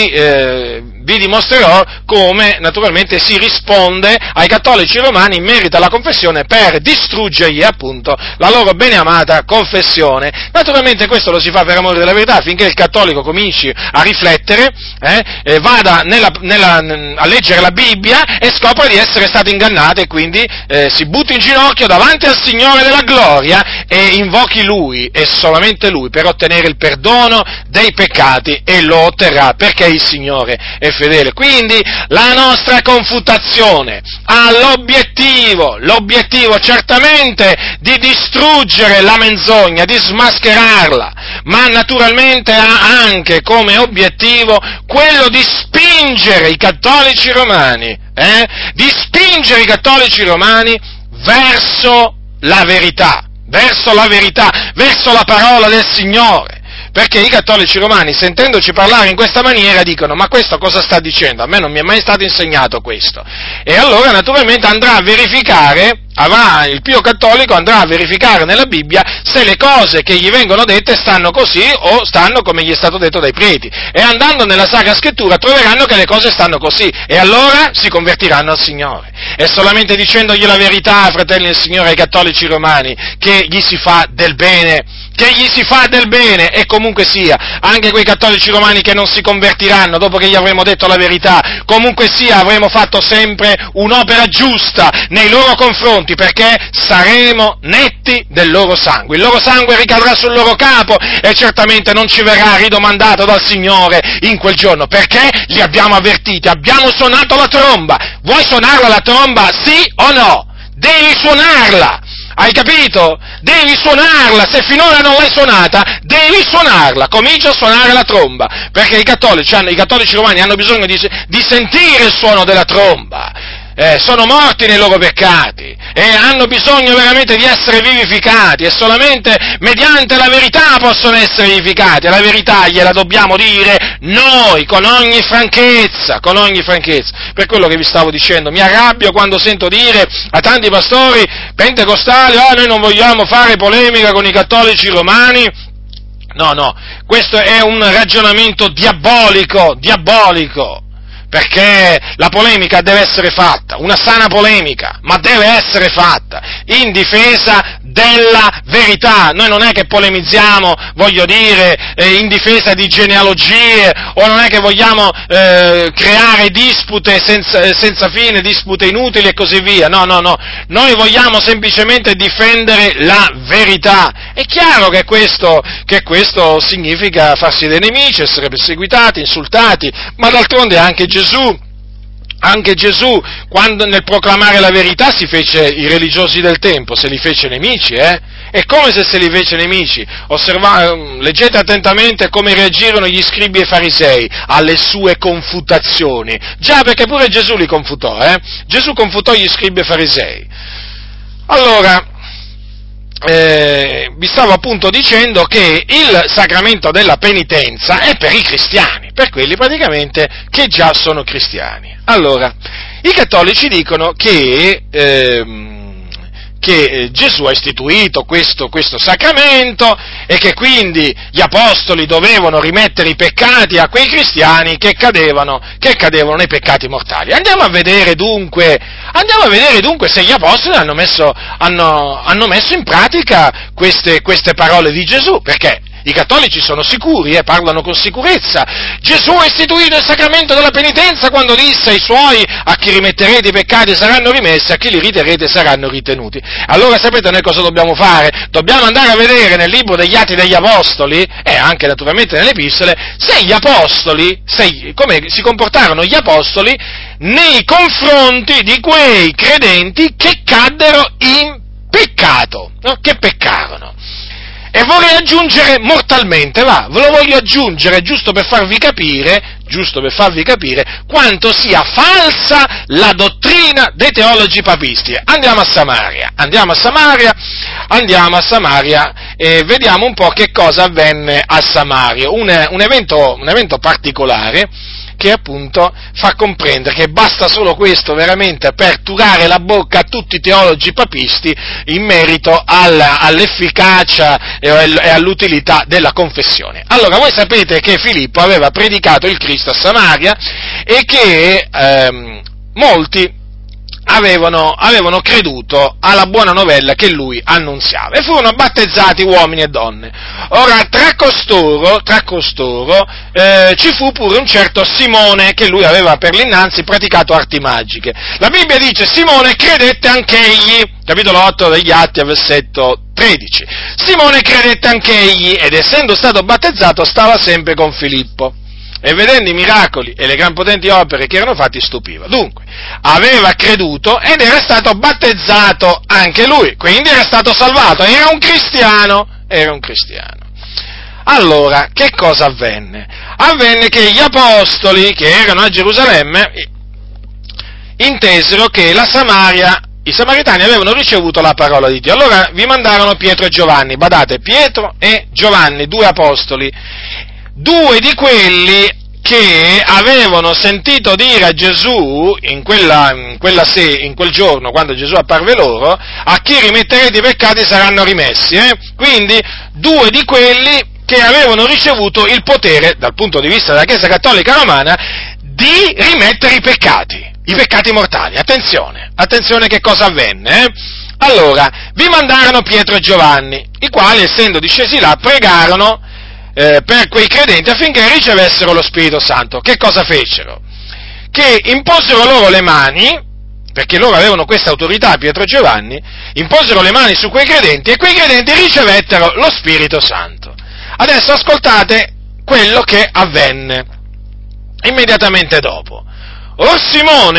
vi dimostrerò come naturalmente si risponde ai cattolici romani in merito alla confessione per distruggergli appunto la loro beneamata confessione. Naturalmente questo lo si fa per amore della verità, affinché il cattolico cominci a riflettere, vada a leggere la Bibbia e scopra di essere stato ingannato, e quindi si butti in ginocchio davanti al Signore della gloria e invochi Lui e solamente Lui per ottenere il perdono dei peccati, e lo otterrà perché il Signore è fedele. Quindi la nostra confutazione ha l'obiettivo certamente di distruggere la menzogna, di smascherarla, ma naturalmente ha anche come obiettivo quello di spingere i cattolici romani, verso la verità, verso la parola del Signore. Perché i cattolici romani, sentendoci parlare in questa maniera, dicono: ma questo cosa sta dicendo? A me non mi è mai stato insegnato questo. E allora naturalmente il pio cattolico andrà a verificare nella Bibbia se le cose che gli vengono dette stanno così o stanno come gli è stato detto dai preti. E andando nella Sacra Scrittura troveranno che le cose stanno così, e allora si convertiranno al Signore. È solamente dicendogli la verità, fratelli del Signore, ai cattolici romani, che gli si fa del bene, e comunque sia, anche quei cattolici romani che non si convertiranno dopo che gli avremo detto la verità, comunque sia avremo fatto sempre un'opera giusta nei loro confronti, perché saremo netti del loro sangue, il loro sangue ricadrà sul loro capo, e certamente non ci verrà ridomandato dal Signore in quel giorno, perché li abbiamo avvertiti, abbiamo suonato la tromba. Vuoi suonarla la tromba, sì o no? devi suonarla, hai capito? Devi suonarla, se finora non l'hai suonata, devi suonarla, comincia a suonare la tromba, perché i cattolici romani hanno bisogno di sentire il suono della tromba. Sono morti nei loro peccati e hanno bisogno veramente di essere vivificati, e solamente mediante la verità possono essere vivificati, e la verità gliela dobbiamo dire noi con ogni franchezza. Per quello che vi stavo dicendo, mi arrabbio quando sento dire a tanti pastori pentecostali: noi non vogliamo fare polemica con i cattolici romani. No, questo è un ragionamento diabolico, perché la polemica deve essere fatta, una sana polemica, ma deve essere fatta in difesa della verità. Noi non è che polemizziamo, in difesa di genealogie, o non è che vogliamo creare dispute senza fine, dispute inutili e così via. No, noi vogliamo semplicemente difendere la verità. È chiaro che questo significa farsi dei nemici, essere perseguitati, insultati, ma d'altronde anche Gesù, quando nel proclamare la verità si fece i religiosi del tempo, se li fece nemici, È come se li fece nemici. Leggete attentamente come reagirono gli scribi e i farisei alle sue confutazioni. Già, perché pure Gesù li confutò, Gesù confutò gli scribi e i farisei. Allora, vi stavo appunto dicendo che il sacramento della penitenza è per i cristiani, per quelli praticamente che già sono cristiani. Allora, i cattolici dicono che Gesù ha istituito questo sacramento e che quindi gli apostoli dovevano rimettere i peccati a quei cristiani che cadevano nei peccati mortali. Andiamo a vedere dunque se gli apostoli hanno messo in pratica queste parole di Gesù, perché i cattolici sono sicuri, parlano con sicurezza. Gesù ha istituito il sacramento della penitenza quando disse ai suoi: a chi rimetterete i peccati saranno rimessi, a chi li riterrete saranno ritenuti. Allora sapete noi cosa dobbiamo fare? Dobbiamo andare a vedere nel libro degli Atti degli Apostoli, e anche naturalmente nelle epistole, come si comportarono gli apostoli nei confronti di quei credenti che caddero in peccato, no? Che peccarono. E vorrei aggiungere mortalmente, ve lo voglio aggiungere giusto per farvi capire quanto sia falsa la dottrina dei teologi papisti. Andiamo a Samaria e vediamo un po' che cosa avvenne a Samaria, un evento particolare che appunto fa comprendere che basta solo questo veramente per turare la bocca a tutti i teologi papisti in merito all'efficacia e all'utilità della confessione. Allora, voi sapete che Filippo aveva predicato il Cristo a Samaria e che molti avevano creduto alla buona novella che lui annunziava e furono battezzati uomini e donne. Ora, tra costoro ci fu pure un certo Simone, che lui aveva per l'innanzi praticato arti magiche. La Bibbia dice: Simone credette anch'egli, capitolo 8 degli Atti, versetto 13. Simone credette anch'egli ed essendo stato battezzato stava sempre con Filippo. E vedendo i miracoli e le gran potenti opere che erano fatti, stupiva. Dunque, aveva creduto ed era stato battezzato anche lui, quindi era stato salvato, era un cristiano. Allora, che cosa avvenne? Avvenne che gli apostoli, che erano a Gerusalemme, intesero che i samaritani avevano ricevuto la parola di Dio. Allora vi mandarono Pietro e Giovanni, badate, Pietro e Giovanni, due apostoli, due di quelli che avevano sentito dire a Gesù in quel giorno, quando Gesù apparve loro: a chi rimetterete i peccati saranno rimessi. Quindi due di quelli che avevano ricevuto il potere, dal punto di vista della Chiesa Cattolica Romana, di rimettere i peccati mortali. Attenzione che cosa avvenne? Allora, vi mandarono Pietro e Giovanni, i quali, essendo discesi là, pregarono per quei credenti affinché ricevessero lo Spirito Santo. Che cosa fecero? Che imposero loro le mani, perché loro avevano questa autorità, Pietro e Giovanni, imposero le mani su quei credenti e quei credenti ricevettero lo Spirito Santo. Adesso ascoltate quello che avvenne immediatamente dopo. Or Simone,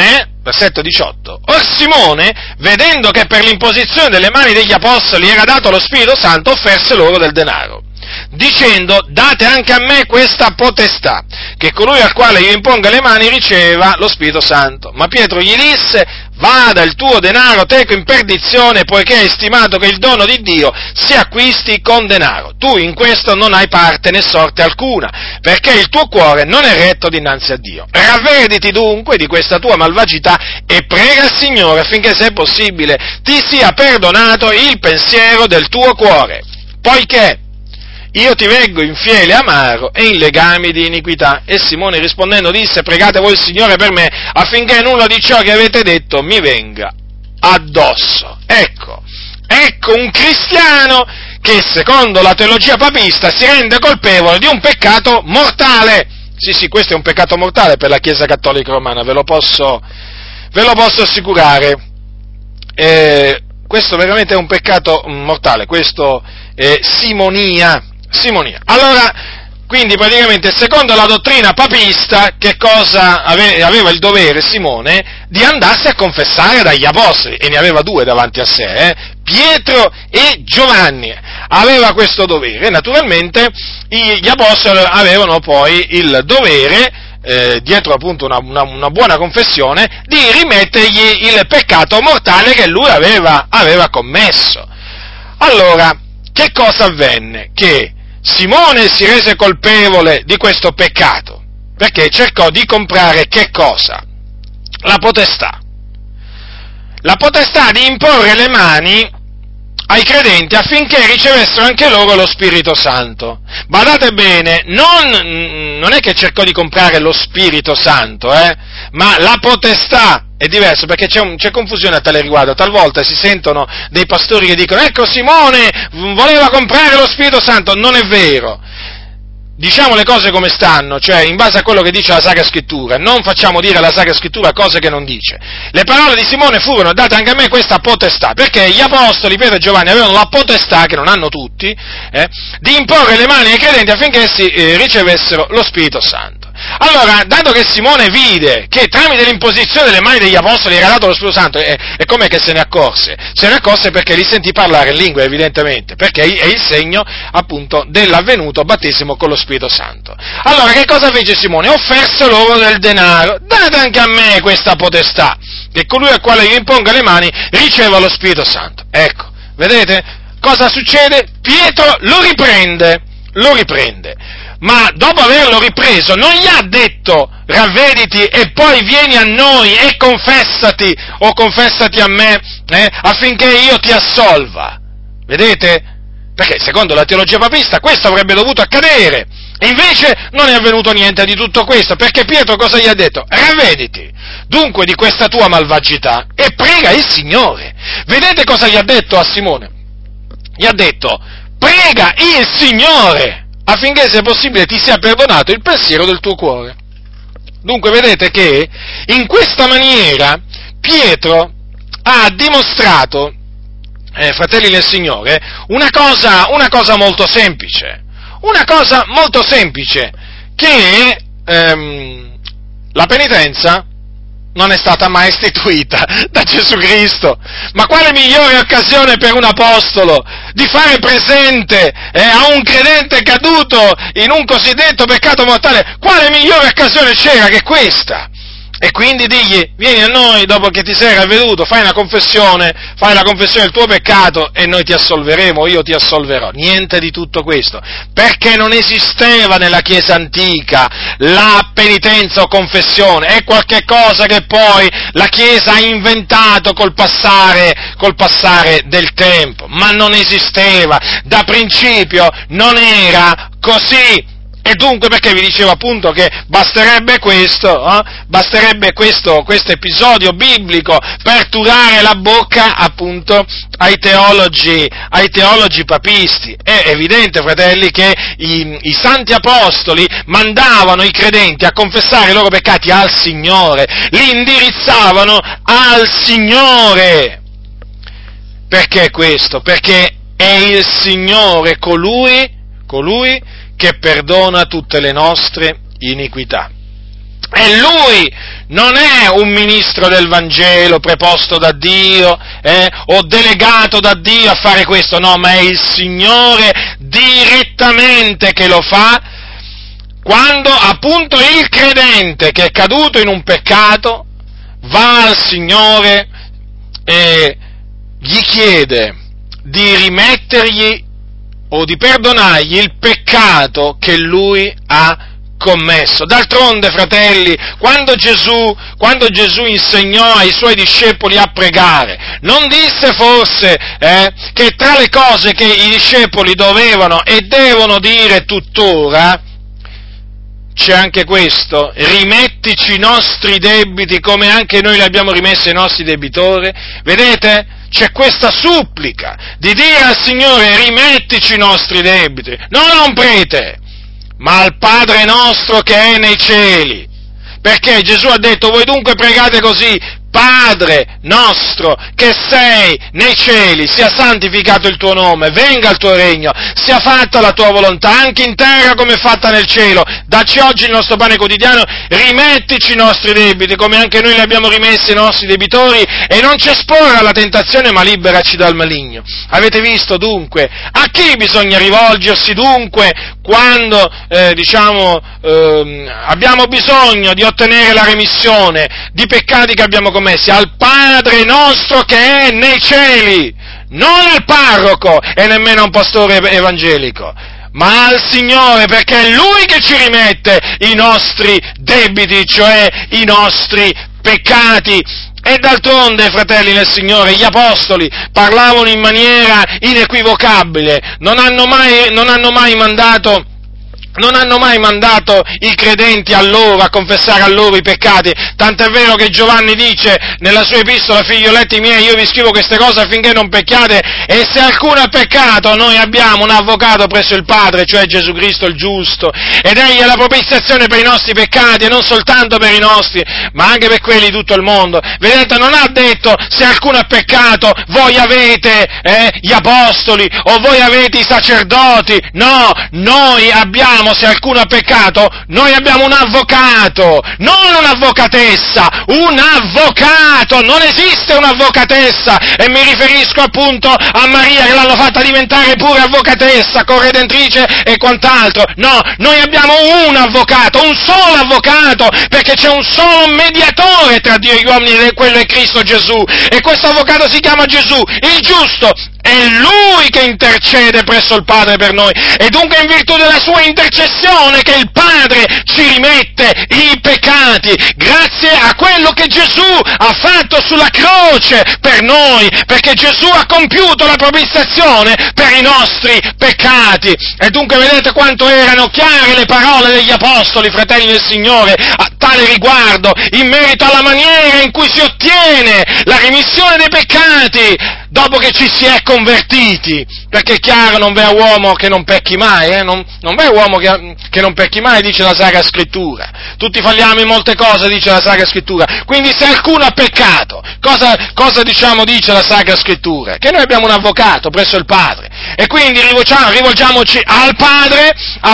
versetto 18, or Simone, vedendo che per l'imposizione delle mani degli apostoli era dato lo Spirito Santo, offerse loro del denaro, dicendo: date anche a me questa potestà, che colui al quale io imponga le mani riceva lo Spirito Santo. Ma Pietro gli disse: vada il tuo denaro teco in perdizione, poiché hai stimato che il dono di Dio si acquisti con denaro. Tu in questo non hai parte né sorte alcuna, perché il tuo cuore non è retto dinanzi a Dio. Ravvediti dunque di questa tua malvagità e prega il Signore affinché, se è possibile, ti sia perdonato il pensiero del tuo cuore, poiché io ti veggo infiele e amaro e in legami di iniquità. E Simone rispondendo disse: pregate voi il Signore per me, affinché nulla di ciò che avete detto mi venga addosso. Ecco un cristiano che secondo la teologia papista si rende colpevole di un peccato mortale. Sì, questo è un peccato mortale per la Chiesa Cattolica Romana, ve lo posso assicurare. Questo veramente è un peccato mortale, questo è simonia. Allora, quindi praticamente secondo la dottrina papista, che cosa aveva il dovere Simone? Di andarsi a confessare dagli apostoli, e ne aveva due davanti a sé, Pietro e Giovanni. Aveva questo dovere. Naturalmente gli apostoli avevano poi il dovere, dietro appunto una buona confessione, di rimettergli il peccato mortale che lui aveva commesso. Allora, che cosa avvenne? Che Simone si rese colpevole di questo peccato, perché cercò di comprare che cosa? La potestà di imporre le mani ai credenti affinché ricevessero anche loro lo Spirito Santo. Badate bene, non è che cercò di comprare lo Spirito Santo, ma la potestà. È diverso, perché c'è confusione a tale riguardo. Talvolta si sentono dei pastori che dicono: ecco, Simone voleva comprare lo Spirito Santo. Non è vero. Diciamo le cose come stanno, cioè in base a quello che dice la Sacra Scrittura. Non facciamo dire alla Sacra Scrittura cose che non dice. Le parole di Simone furono: date anche a me questa potestà, perché gli apostoli Pietro e Giovanni avevano la potestà, che non hanno tutti, di imporre le mani ai credenti affinché essi ricevessero lo Spirito Santo. Allora, dato che Simone vide che tramite l'imposizione delle mani degli apostoli era dato lo Spirito Santo, e com'è che se ne accorse? Se ne accorse perché li sentì parlare in lingue, evidentemente, perché è il segno, appunto, dell'avvenuto battesimo con lo Spirito Santo. Allora, che cosa fece Simone? Offerse loro del denaro: date anche a me questa potestà, che colui al quale io imponga le mani riceva lo Spirito Santo. Ecco, vedete? Cosa succede? Pietro lo riprende. Ma dopo averlo ripreso non gli ha detto: ravvediti e poi vieni a noi e confessati a me, affinché io ti assolva. Vedete? Perché secondo la teologia papista questo avrebbe dovuto accadere, e invece non è avvenuto niente di tutto questo, perché Pietro cosa gli ha detto? Ravvediti dunque di questa tua malvagità e prega il Signore. Vedete cosa gli ha detto a Simone? Gli ha detto: prega il Signore affinché, se possibile, ti sia perdonato il pensiero del tuo cuore. Dunque vedete che in questa maniera Pietro ha dimostrato, fratelli nel Signore, una cosa molto semplice, che la penitenza non è stata mai istituita da Gesù Cristo. Ma quale migliore occasione per un apostolo di fare presente a un credente caduto in un cosiddetto peccato mortale? Quale migliore occasione c'era che questa? E quindi digli: vieni a noi dopo che ti sei ravveduto, fai la confessione del tuo peccato e noi ti assolveremo, io ti assolverò. Niente di tutto questo, perché non esisteva nella Chiesa antica la penitenza o confessione, è qualche cosa che poi la Chiesa ha inventato col passare del tempo, ma non esisteva, da principio non era così. E dunque perché vi dicevo appunto che basterebbe questo episodio biblico per turare la bocca appunto ai teologi papisti. È evidente, fratelli, che i santi apostoli mandavano i credenti a confessare i loro peccati al Signore, li indirizzavano al Signore. Perché questo? Perché è il Signore colui che perdona tutte le nostre iniquità. E lui non è un ministro del Vangelo preposto da Dio, o delegato da Dio a fare questo, no, ma è il Signore direttamente che lo fa, quando appunto il credente che è caduto in un peccato va al Signore e gli chiede di rimettergli o di perdonargli il peccato che lui ha commesso. D'altronde, fratelli, quando Gesù insegnò ai suoi discepoli a pregare, non disse forse che tra le cose che i discepoli dovevano e devono dire tuttora c'è anche questo: rimettici i nostri debiti come anche noi li abbiamo rimessi ai nostri debitori? Vedete? C'è questa supplica di dire al Signore: rimettici i nostri debiti, non prete, ma al Padre nostro che è nei cieli. Perché Gesù ha detto: voi dunque pregate così: Padre nostro che sei nei cieli, sia santificato il tuo nome, venga il tuo regno, sia fatta la tua volontà, anche in terra come è fatta nel cielo. Dacci oggi il nostro pane quotidiano, rimettici i nostri debiti, come anche noi li abbiamo rimessi ai nostri debitori, e non ci esporre alla tentazione, ma liberaci dal maligno. Avete visto dunque a chi bisogna rivolgersi dunque quando abbiamo bisogno di ottenere la remissione di peccati che abbiamo commessi? Al Padre nostro che è nei cieli, non al parroco e nemmeno a un pastore evangelico, ma al Signore, perché è Lui che ci rimette i nostri debiti, cioè i nostri peccati. E d'altronde, fratelli nel Signore, gli apostoli parlavano in maniera inequivocabile, non hanno mai mandato i credenti a loro, a confessare a loro i peccati, tant'è vero che Giovanni dice nella sua epistola: figlioletti miei, io vi scrivo queste cose affinché non pecchiate, e se alcuno ha peccato, noi abbiamo un avvocato presso il Padre, cioè Gesù Cristo il giusto, ed egli è la propiziazione per i nostri peccati, e non soltanto per i nostri, ma anche per quelli di tutto il mondo. Vedete, non ha detto: se alcuno ha peccato, voi avete gli apostoli, o voi avete i sacerdoti. No, noi abbiamo, se alcuno ha peccato, noi abbiamo un avvocato, non un'avvocatessa, un avvocato. Non esiste un'avvocatessa, e mi riferisco appunto a Maria, che l'hanno fatta diventare pure avvocatessa, corredentrice e quant'altro. No, noi abbiamo un avvocato, un solo avvocato, perché c'è un solo mediatore tra Dio e gli uomini, ed quello è Cristo Gesù, e questo avvocato si chiama Gesù, il giusto. È Lui che intercede presso il Padre per noi, e dunque è in virtù della sua intercessione che il Padre ci rimette i peccati, grazie a quello che Gesù ha fatto sulla croce per noi, perché Gesù ha compiuto la propiziazione per i nostri peccati. E dunque vedete quanto erano chiare le parole degli apostoli, fratelli del Signore, a tale riguardo, in merito alla maniera in cui si ottiene la remissione dei peccati dopo che ci si è convertiti, perché è chiaro, non v'è uomo che non pecchi mai, non v'è uomo che non pecchi mai, dice la Sacra Scrittura. Tutti falliamo in molte cose, dice la Sacra Scrittura. Quindi se alcuno ha peccato, cosa dice la Sacra Scrittura? Che noi abbiamo un avvocato presso il Padre, e quindi rivolgiamoci al Padre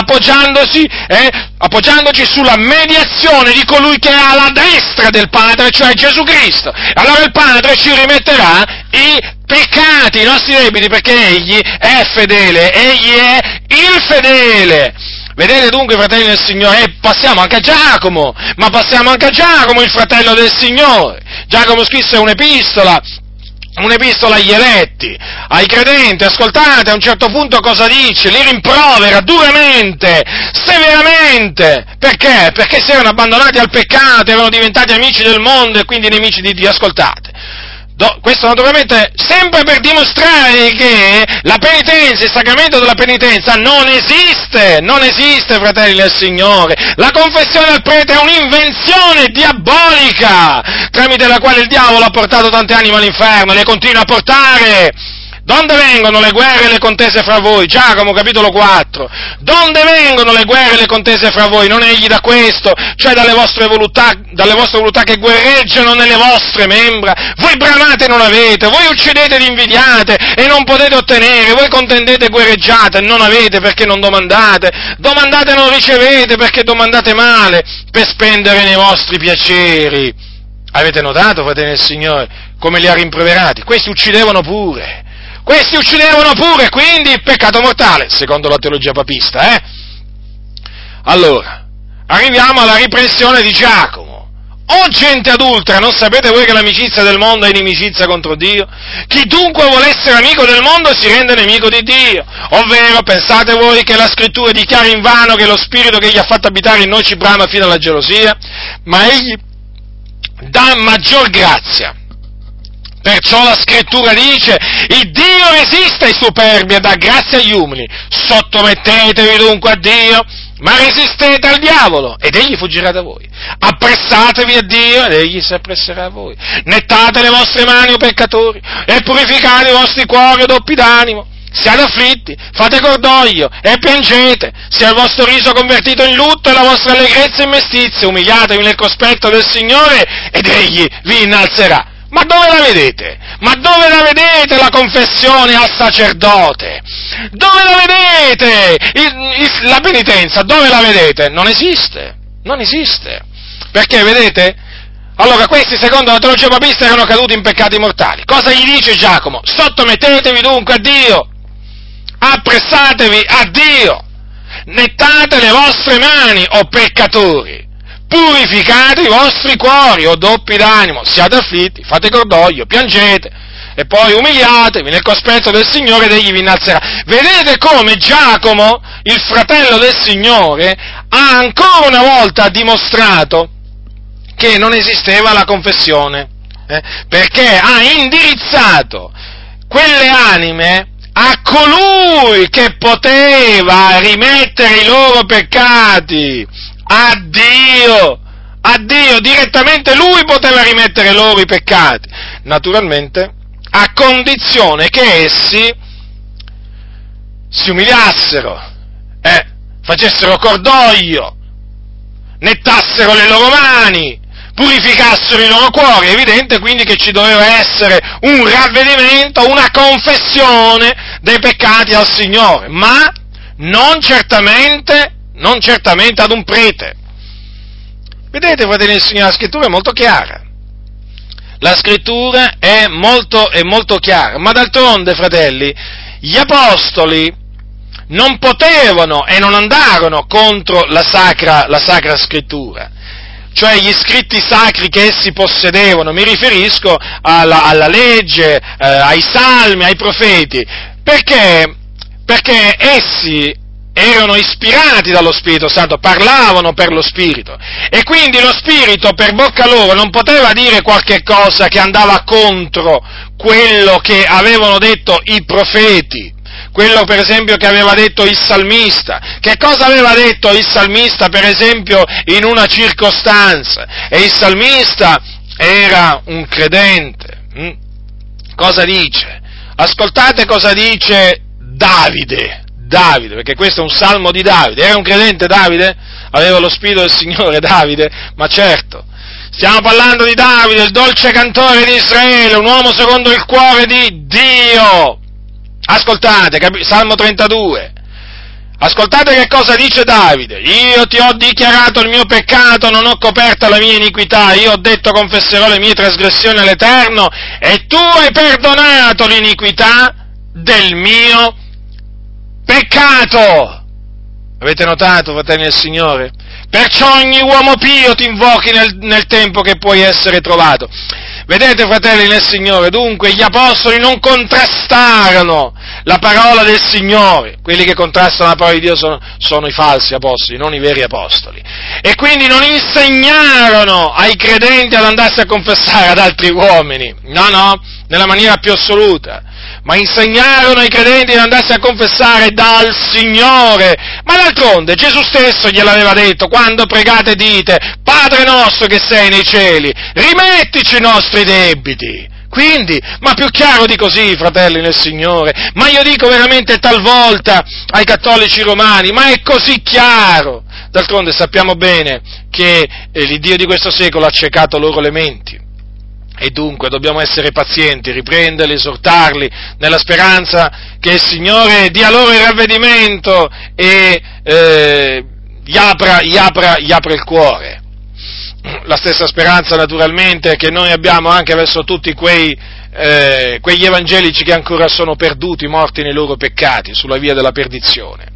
appoggiandoci sulla mediazione di colui che è alla destra del Padre, cioè Gesù Cristo. Allora il Padre ci rimetterà i peccati, i nostri debiti, perché Egli è fedele, Egli è il fedele. Vedete dunque, fratelli del Signore, passiamo anche a Giacomo, il fratello del Signore. Giacomo scrisse un'epistola agli eletti, ai credenti. Ascoltate a un certo punto cosa dice: li rimprovera duramente, severamente. Perché? Perché si erano abbandonati al peccato, erano diventati amici del mondo e quindi nemici di Dio. Ascoltate. Questo naturalmente sempre per dimostrare che la penitenza, il sacramento della penitenza non esiste, fratelli del Signore. La confessione al prete è un'invenzione diabolica, tramite la quale il diavolo ha portato tante anime all'inferno, le continua a portare. Donde vengono le guerre e le contese fra voi? Giacomo capitolo 4. Donde vengono le guerre e le contese fra voi? Non egli da questo, cioè dalle vostre voluttà che guerreggiano nelle vostre membra. Voi bramate e non avete, voi uccidete ed invidiate e non potete ottenere, voi contendete e guerreggiate e non avete perché non domandate, domandate e non ricevete perché domandate male, per spendere nei vostri piaceri. Avete notato, fratelli del Signore, come li ha rimproverati? Questi uccidevano pure, quindi peccato mortale, secondo la teologia papista, Allora, arriviamo alla riprensione di Giacomo. O gente adultera, non sapete voi che l'amicizia del mondo è inimicizia contro Dio? Chi dunque vuole essere amico del mondo si rende nemico di Dio. Ovvero, pensate voi che la Scrittura dichiara invano che lo Spirito che egli ha fatto abitare in noi ci brama fino alla gelosia? Ma egli dà maggior grazia. Perciò la Scrittura dice: il Dio resiste ai superbi e dà grazia agli umili. Sottomettetevi dunque a Dio, ma resistete al diavolo, ed egli fuggirà da voi. Appressatevi a Dio, ed egli si appresserà a voi. Nettate le vostre mani, o peccatori, e purificate i vostri cuori, o doppi d'animo. Siate afflitti, fate cordoglio, e piangete. Sia il vostro riso convertito in lutto, e la vostra allegrezza in mestizia. Umiliatevi nel cospetto del Signore, ed egli vi innalzerà. Ma dove la vedete? Ma dove la vedete la confessione al sacerdote? Dove la vedete? La penitenza, dove la vedete? Non esiste. Perché, vedete? Allora, questi, secondo la teologia papista, erano caduti in peccati mortali. Cosa gli dice Giacomo? Sottomettetevi dunque a Dio. Appressatevi a Dio. Nettate le vostre mani, o peccatori. Purificate i vostri cuori, o doppi d'animo, siate afflitti, fate cordoglio, piangete, e poi umiliatevi nel cospetto del Signore ed egli vi innalzerà. Vedete come Giacomo, il fratello del Signore, ha ancora una volta dimostrato che non esisteva la confessione, perché ha indirizzato quelle anime a colui che poteva rimettere i loro peccati. A Dio, direttamente Lui poteva rimettere loro i peccati, naturalmente a condizione che essi si umiliassero, facessero cordoglio, nettassero le loro mani, purificassero i loro cuori. È evidente quindi che ci doveva essere un ravvedimento, una confessione dei peccati al Signore, ma non certamente ad un prete. Vedete, fratelli del Signore, la Scrittura è molto chiara. La Scrittura è molto chiara, ma d'altronde, fratelli, gli apostoli non potevano e non andarono contro la Sacra Scrittura, cioè gli scritti sacri che essi possedevano. Mi riferisco alla legge, ai salmi, ai profeti, perché essi erano ispirati dallo Spirito Santo, parlavano per lo Spirito, e quindi lo Spirito per bocca loro non poteva dire qualche cosa che andava contro quello che avevano detto i profeti, quello per esempio che aveva detto il salmista. Che cosa aveva detto il salmista per esempio in una circostanza? E il salmista era un credente. Cosa dice? Ascoltate cosa dice Davide, perché questo è un salmo di Davide. Era un credente Davide? Aveva lo Spirito del Signore Davide? Ma certo. Stiamo parlando di Davide, il dolce cantore di Israele, un uomo secondo il cuore di Dio. Ascoltate, Salmo 32. Ascoltate che cosa dice Davide. Io ti ho dichiarato il mio peccato, non ho coperta la mia iniquità, io ho detto confesserò le mie trasgressioni all'Eterno, e tu hai perdonato l'iniquità del mio peccato. Avete notato, fratelli del Signore? Perciò ogni uomo pio ti invochi nel tempo che puoi essere trovato. Vedete, fratelli nel Signore, dunque gli apostoli non contrastarono la parola del Signore. Quelli che contrastano la parola di Dio sono i falsi apostoli, non i veri apostoli. E quindi non insegnarono ai credenti ad andarsi a confessare ad altri uomini, no, nella maniera più assoluta, ma insegnarono ai credenti ad andarsi a confessare dal Signore. Ma d'altronde Gesù stesso gliel'aveva detto: quando pregate dite: Padre nostro che sei nei cieli, rimettici i nostri debiti. Quindi, ma più chiaro di così, fratelli nel Signore, ma io dico veramente talvolta ai cattolici romani, ma è così chiaro. D'altronde sappiamo bene che l'Iddio di questo secolo ha accecato loro le menti. E dunque dobbiamo essere pazienti, riprenderli, esortarli, nella speranza che il Signore dia loro il ravvedimento e gli apra il cuore. La stessa speranza naturalmente che noi abbiamo anche verso tutti quegli evangelici che ancora sono perduti, morti nei loro peccati, sulla via della perdizione.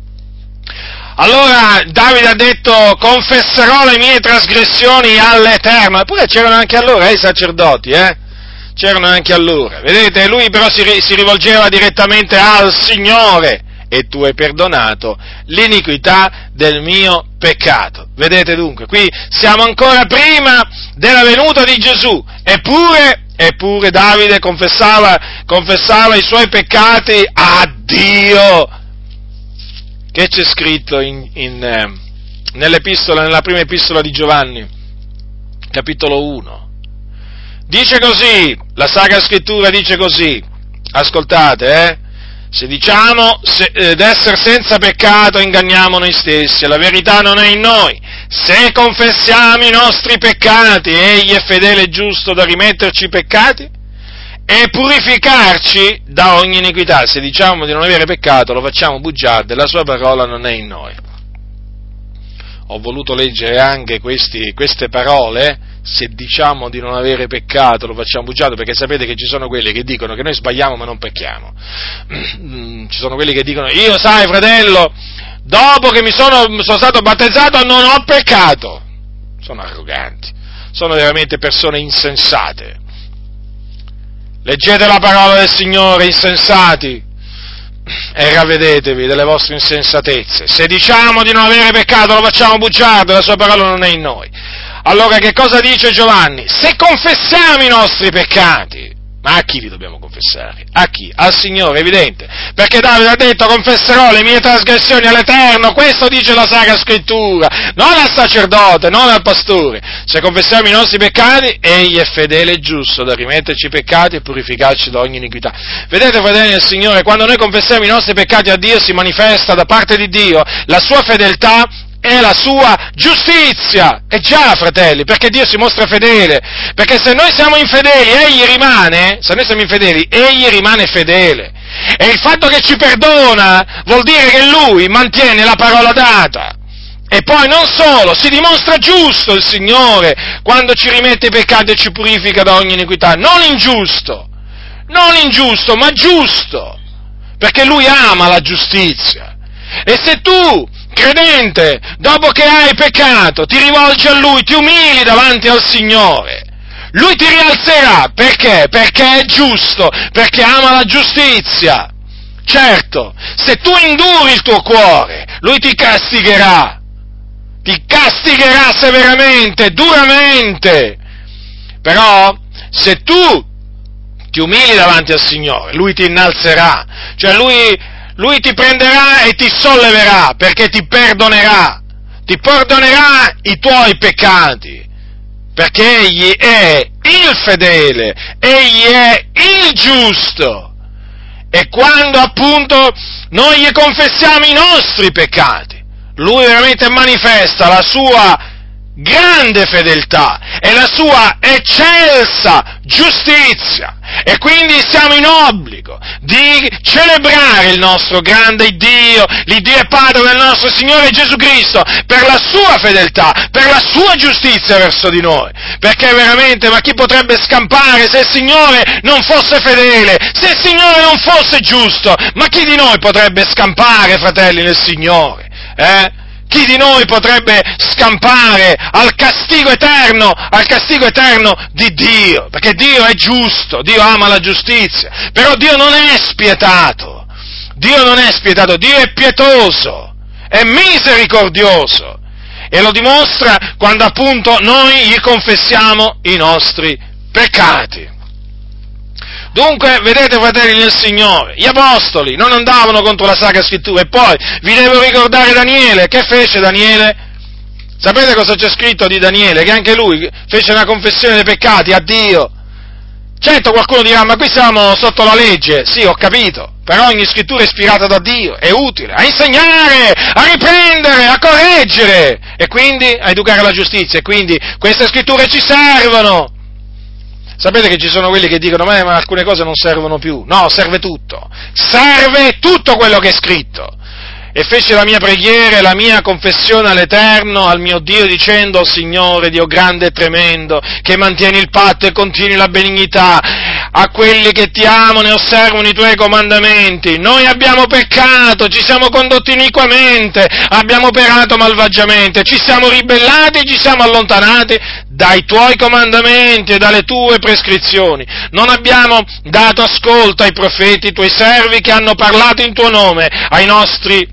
Allora Davide ha detto: confesserò le mie trasgressioni all'Eterno. Eppure c'erano anche allora i sacerdoti, c'erano anche allora. Vedete, lui però si rivolgeva direttamente al Signore: e tu hai perdonato l'iniquità del mio peccato. Vedete dunque, qui siamo ancora prima della venuta di Gesù, eppure Davide confessava i suoi peccati a Dio. Che c'è scritto nella prima epistola di Giovanni, capitolo 1. Dice così, la Sacra Scrittura dice così, ascoltate, se diciamo d'essere senza peccato inganniamo noi stessi e la verità non è in noi. Se confessiamo i nostri peccati, egli è fedele e giusto da rimetterci i peccati e purificarci da ogni iniquità. Se diciamo di non avere peccato lo facciamo bugiardo e la sua parola non è in noi. Ho voluto leggere anche queste parole, se diciamo di non avere peccato lo facciamo bugiardo, perché sapete che ci sono quelli che dicono che noi sbagliamo ma non pecchiamo. Ci sono quelli che dicono: io, sai fratello, dopo che sono stato battezzato non ho peccato. Sono arroganti, sono veramente persone insensate. Leggete la parola del Signore, insensati, e ravvedetevi delle vostre insensatezze. Se diciamo di non avere peccato lo facciamo bugiardo e la sua parola non è in noi. Allora che cosa dice Giovanni? Se confessiamo i nostri peccati, ma a chi li dobbiamo confessare? A chi? Al Signore, evidente. Perché Davide ha detto: confesserò le mie trasgressioni all'Eterno. Questo dice la Sacra Scrittura, non al sacerdote, non al pastore. Se confessiamo i nostri peccati, egli è fedele e giusto da rimetterci i peccati e purificarci da ogni iniquità. Vedete, fratelli del Signore, quando noi confessiamo i nostri peccati a Dio si manifesta da parte di Dio la sua fedeltà e la sua giustizia. E già, fratelli, perché Dio si mostra fedele, perché se noi siamo infedeli, egli rimane fedele. E il fatto che ci perdona vuol dire che lui mantiene la parola data. E poi non solo, si dimostra giusto il Signore quando ci rimette i peccati e ci purifica da ogni iniquità, non ingiusto, ma giusto, perché lui ama la giustizia. E se tu, credente, dopo che hai peccato, ti rivolgi a Lui, ti umili davanti al Signore, Lui ti rialzerà. Perché? Perché è giusto, perché ama la giustizia. Certo, se tu induri il tuo cuore, Lui ti castigherà severamente, duramente. Però, se tu ti umili davanti al Signore, Lui ti innalzerà, cioè Lui ti prenderà e ti solleverà, perché ti perdonerà i tuoi peccati, perché Egli è il fedele, Egli è il giusto. E quando appunto noi gli confessiamo i nostri peccati, Lui veramente manifesta la sua grande fedeltà e la sua eccelsa giustizia, e quindi siamo in obbligo di celebrare il nostro grande Dio, l'Iddio e Padre del nostro Signore Gesù Cristo, per la sua fedeltà, per la sua giustizia verso di noi, perché veramente, ma chi potrebbe scampare se il Signore non fosse fedele, se il Signore non fosse giusto? Ma chi di noi potrebbe scampare, fratelli nel Signore? Chi di noi potrebbe scampare al castigo eterno di Dio? Perché Dio è giusto, Dio ama la giustizia, però Dio non è spietato, Dio è pietoso, è misericordioso, e lo dimostra quando appunto noi gli confessiamo i nostri peccati. Dunque, vedete, fratelli nel Signore, gli apostoli non andavano contro la Sacra Scrittura. E poi vi devo ricordare Daniele. Che fece Daniele? Sapete cosa c'è scritto di Daniele? Che anche lui fece una confessione dei peccati a Dio. Certo, qualcuno dirà, ma qui siamo sotto la legge. Sì, ho capito, però ogni scrittura è ispirata da Dio, è utile a insegnare, a riprendere, a correggere, e quindi a educare la giustizia, e quindi queste scritture ci servono. Sapete che ci sono quelli che dicono, ma alcune cose non servono più. No, serve tutto quello che è scritto. E feci la mia preghiera e la mia confessione all'Eterno, al mio Dio, dicendo: Signore, Dio grande e tremendo, che mantieni il patto e continui la benignità a quelli che ti amano e osservano i tuoi comandamenti. Noi abbiamo peccato, ci siamo condotti iniquamente, abbiamo operato malvagiamente, ci siamo ribellati, ci siamo allontanati dai tuoi comandamenti e dalle tue prescrizioni. Non abbiamo dato ascolto ai profeti, i tuoi servi, che hanno parlato in tuo nome, ai nostri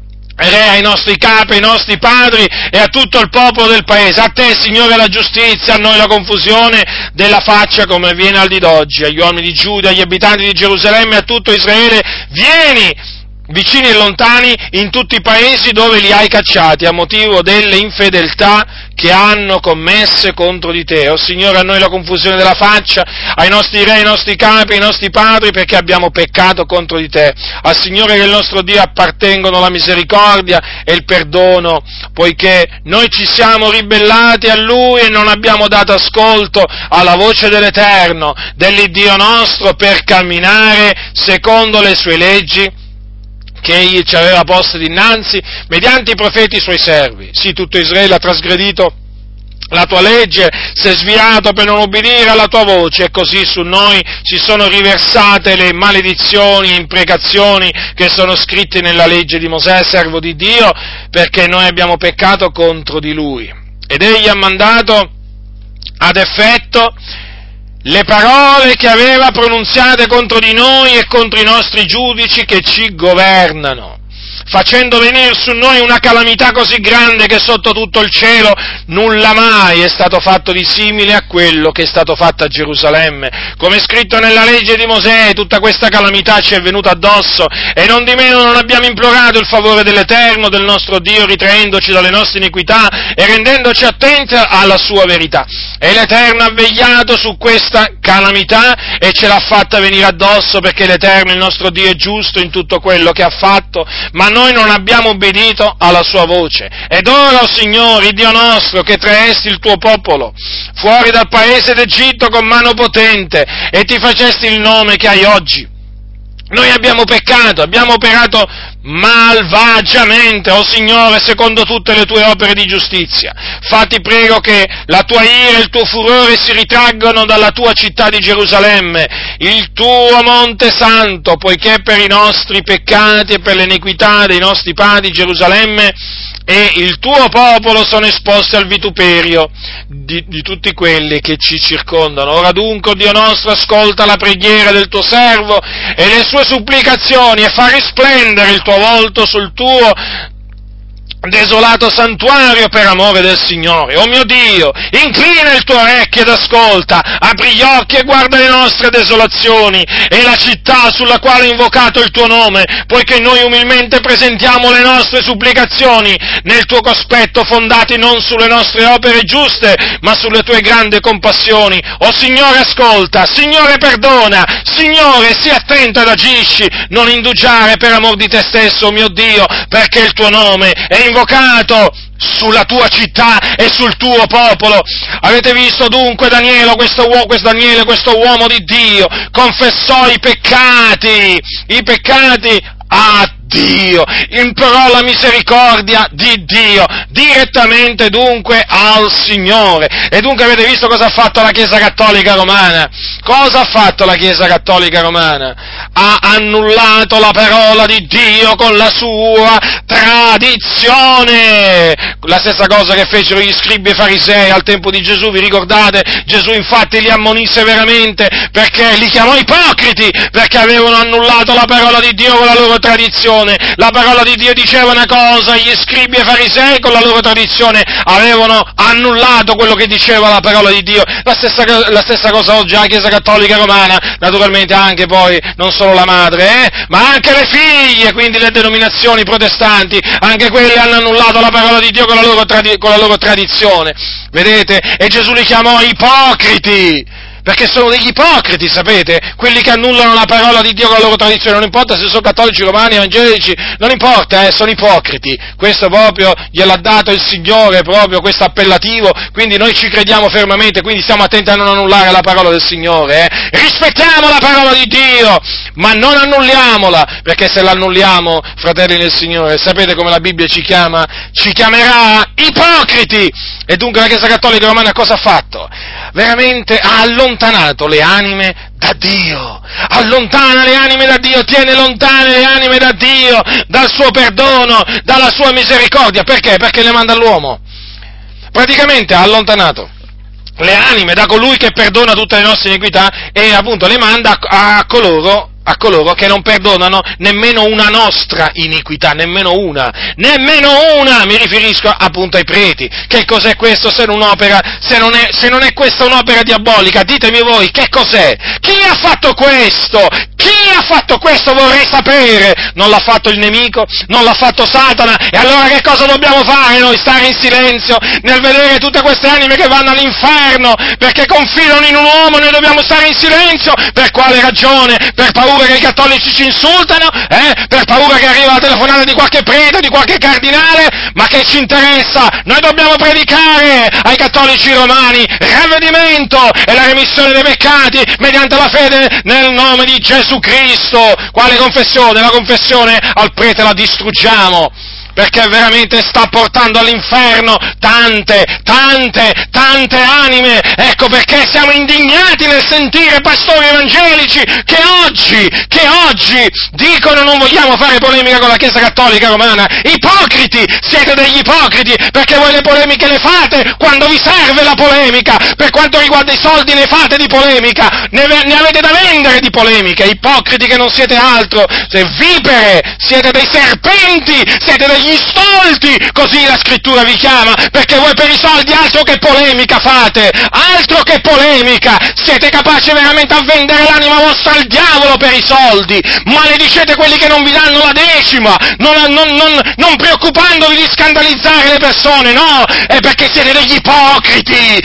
re, ai nostri capi, ai nostri padri e a tutto il popolo del paese. A te, Signore, la giustizia, a noi la confusione della faccia, come avviene al di d'oggi, agli uomini di Giuda, agli abitanti di Gerusalemme e a tutto Israele. Vieni, vicini e lontani, in tutti i paesi dove li hai cacciati a motivo delle infedeltà che hanno commesse contro di te. O Signore, a noi la confusione della faccia, ai nostri re, ai nostri capi, ai nostri padri, perché abbiamo peccato contro di te. Al Signore, che è il nostro Dio, appartengono la misericordia e il perdono, poiché noi ci siamo ribellati a Lui e non abbiamo dato ascolto alla voce dell'Eterno, dell'Iddio nostro, per camminare secondo le sue leggi che egli ci aveva posto dinanzi mediante i profeti suoi servi. Sì, tutto Israele ha trasgredito la tua legge, si è sviato per non obbedire alla tua voce, e così su noi si sono riversate le maledizioni e imprecazioni che sono scritte nella legge di Mosè, servo di Dio, perché noi abbiamo peccato contro di lui. Ed egli ha mandato ad effetto le parole che aveva pronunziate contro di noi e contro i nostri giudici che ci governano, facendo venire su noi una calamità così grande che sotto tutto il cielo nulla mai è stato fatto di simile a quello che è stato fatto a Gerusalemme. Come è scritto nella legge di Mosè, tutta questa calamità ci è venuta addosso, e non di meno non abbiamo implorato il favore dell'Eterno, del nostro Dio, ritraendoci dalle nostre iniquità e rendendoci attenti alla sua verità. E l'Eterno ha vegliato su questa calamità e ce l'ha fatta venire addosso, perché l'Eterno, il nostro Dio, è giusto in tutto quello che ha fatto, ma noi non abbiamo obbedito alla sua voce. Ed ora, o Signore, Dio nostro, che traesti il tuo popolo fuori dal paese d'Egitto con mano potente, e ti facesti il nome che hai oggi, noi abbiamo peccato, abbiamo operato malvagiamente, o Signore, secondo tutte le tue opere di giustizia. Fatti prego che la tua ira e il tuo furore si ritraggano dalla tua città di Gerusalemme, il tuo monte santo, poiché per i nostri peccati e per l'iniquità dei nostri padri Gerusalemme e il tuo popolo sono esposti al vituperio di tutti quelli che ci circondano. Ora dunque, Dio nostro, ascolta la preghiera del tuo servo e le sue supplicazioni, e fa risplendere il tuo volto sul tuo desolato santuario per amore del Signore. O mio Dio, inclina il tuo orecchio ed ascolta, apri gli occhi e guarda le nostre desolazioni e la città sulla quale è invocato il tuo nome, poiché noi umilmente presentiamo le nostre supplicazioni nel tuo cospetto, fondati non sulle nostre opere giuste, ma sulle tue grandi compassioni. O Signore, ascolta, Signore, perdona, Signore, sii attento ed agisci, non indugiare per amor di te stesso, mio Dio, perché il tuo nome è invocato sulla tua città e sul tuo popolo. Avete visto dunque Daniele, questo uomo di Dio, confessò i peccati a Dio, implorò la misericordia di Dio, direttamente dunque al Signore. E dunque avete visto cosa ha fatto la Chiesa Cattolica Romana? Cosa ha fatto la Chiesa Cattolica Romana? Ha annullato la parola di Dio con la sua tradizione. La stessa cosa che fecero gli scribi e farisei al tempo di Gesù, vi ricordate? Gesù infatti li ammonì severamente perché li chiamò ipocriti, perché avevano annullato la parola di Dio con la loro tradizione. La parola di Dio diceva una cosa, gli scribi e farisei con la loro tradizione avevano annullato quello che diceva la parola di Dio. La stessa cosa oggi alla Chiesa Cattolica Romana, naturalmente anche poi non solo la madre, ma anche le figlie, quindi le denominazioni protestanti, anche quelle hanno annullato la parola di Dio con la loro tradizione, vedete? E Gesù li chiamò ipocriti, perché sono degli ipocriti, sapete? Quelli che annullano la parola di Dio con la loro tradizione, non importa se sono cattolici, romani, evangelici, non importa, sono ipocriti. Questo proprio gliel'ha dato il Signore, proprio questo appellativo, quindi noi ci crediamo fermamente, quindi stiamo attenti a non annullare la parola del Signore, rispettiamo la parola di Dio, ma non annulliamola, perché se l'annulliamo, fratelli nel Signore, sapete come la Bibbia ci chiama? Ci chiamerà ipocriti! E dunque la Chiesa Cattolica Romana cosa ha fatto? Veramente ha allontanato le anime da Dio, allontana le anime da Dio, tiene lontane le anime da Dio, dal suo perdono, dalla sua misericordia. Perché? Perché le manda all'uomo. Praticamente ha allontanato le anime da colui che perdona tutte le nostre iniquità e appunto le manda a coloro che non perdonano nemmeno una nostra iniquità, nemmeno una, mi riferisco appunto ai preti. Che cos'è questo se non è questa un'opera diabolica? Ditemi voi, che cos'è? Chi ha fatto questo? Chi ha fatto questo vorrei sapere? Non l'ha fatto il nemico? Non l'ha fatto Satana? E allora che cosa dobbiamo fare noi? Stare in silenzio nel vedere tutte queste anime che vanno all'inferno perché confidano in un uomo? Noi dobbiamo stare in silenzio? Per quale ragione? Per paura che i cattolici ci insultano? Per paura che arriva la telefonata di qualche prete, di qualche cardinale? Ma che ci interessa? Noi dobbiamo predicare ai cattolici romani ravvedimento e la remissione dei peccati mediante la fede nel nome di Gesù Cristo. Quale confessione? La confessione al prete la distruggiamo, perché veramente sta portando all'inferno tante anime. Ecco perché siamo indignati nel sentire pastori evangelici che oggi dicono non vogliamo fare polemica con la Chiesa Cattolica Romana. Ipocriti, siete degli ipocriti, perché voi le polemiche le fate quando vi serve la polemica, per quanto riguarda i soldi ne fate di polemica, ne avete da vendere di polemiche, ipocriti che non siete altro, vipere, siete dei serpenti, siete degli stolti, così la scrittura vi chiama, perché voi per i soldi altro che polemica fate, altro che polemica, siete capaci veramente a vendere l'anima vostra al diavolo per i soldi, maledicete quelli che non vi danno la decima, non preoccupandovi di scandalizzare le persone, no, è perché siete degli ipocriti,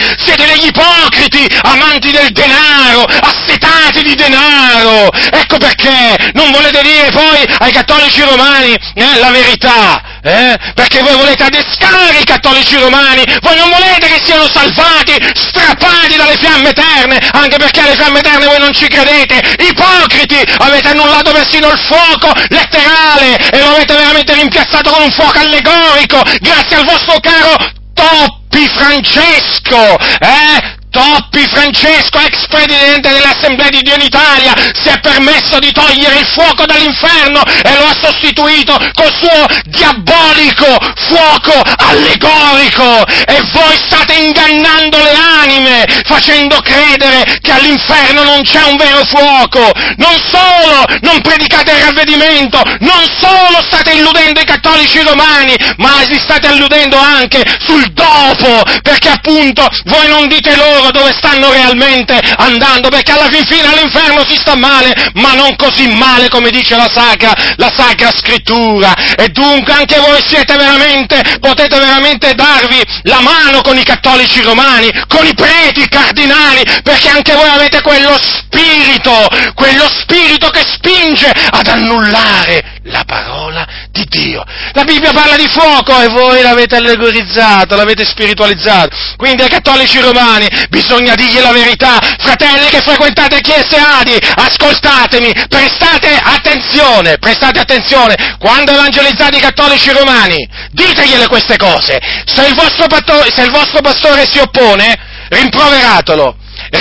amanti del denaro, assetati di denaro, ecco perché non volete dire poi ai cattolici romani la verità, perché voi volete adescare i cattolici romani, voi non volete che siano salvati, strappati dalle fiamme eterne, anche perché alle fiamme eterne voi non ci credete, ipocriti, avete annullato persino il fuoco letterale e lo avete veramente rimpiazzato con un fuoco allegorico, grazie al vostro caro Toppi Francesco, ex presidente dell'Assemblea di Dio in Italia, si è permesso di togliere il fuoco dall'inferno e lo ha sostituito col suo diabolico fuoco allegorico, e voi state ingannando le anime facendo credere che all'inferno non c'è un vero fuoco. Non solo non predicate il ravvedimento, non solo state illudendo i cattolici romani, ma li state illudendo anche sul dopo, perché appunto voi non dite loro dove stanno realmente andando, perché alla fin fine all'inferno si sta male, ma non così male come dice la Sacra Scrittura, e dunque anche voi potete veramente darvi la mano con i cattolici romani, con i preti, i cardinali, perché anche voi avete quello spirito che spinge ad annullare la parola di Dio. La Bibbia parla di fuoco e voi l'avete allegorizzato, l'avete spiritualizzato. Quindi ai cattolici romani bisogna dirgli la verità. Fratelli che frequentate chiese Adi, ascoltatemi, prestate attenzione, quando evangelizzate i cattolici romani, ditegliele queste cose. Se il vostro pastore si oppone, rimproveratelo,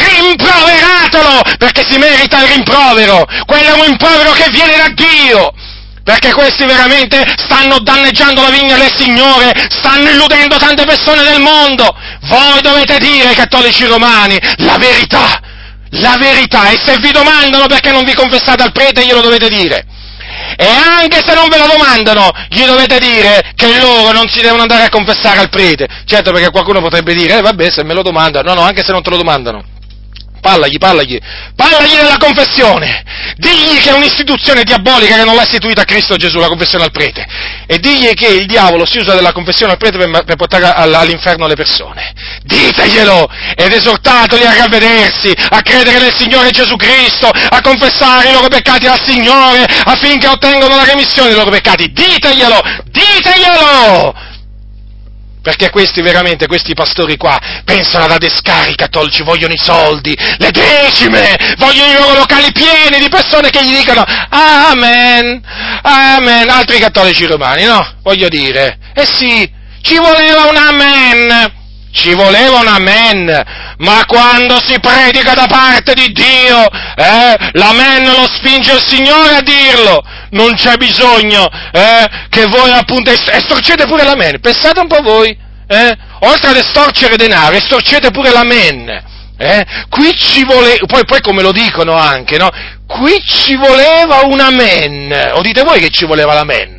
perché si merita il rimprovero. Quello è un rimprovero che viene da Dio, perché questi veramente stanno danneggiando la vigna del Signore, stanno illudendo tante persone del mondo. Voi dovete dire ai cattolici romani la verità, e se vi domandano perché non vi confessate al prete, glielo dovete dire. E anche se non ve lo domandano, gli dovete dire che loro non si devono andare a confessare al prete. Certo, perché qualcuno potrebbe dire, vabbè, se me lo domandano, no, anche se non te lo domandano. parlagli della confessione, digli che è un'istituzione diabolica che non l'ha istituita Cristo Gesù, la confessione al prete, e digli che il diavolo si usa della confessione al prete per portare all'inferno le persone. Diteglielo ed esortateli a ravvedersi, a credere nel Signore Gesù Cristo, a confessare i loro peccati al Signore affinché ottengano la remissione dei loro peccati. Diteglielo! Perché questi pastori qua, pensano ad adescare i cattolici, vogliono i soldi, le decime, vogliono i loro locali pieni di persone che gli dicano amen, amen, altri cattolici romani, no? Voglio dire, sì, ci voleva un amen, ma quando si predica da parte di Dio, l'amen lo spinge il Signore a dirlo. Non c'è bisogno che voi appunto estorcete pure l'amen, pensate un po' voi, oltre ad estorcere denaro, estorcete pure l'amen, qui ci voleva, poi come lo dicono anche, no? Qui ci voleva un amen, o dite voi che ci voleva l'amen?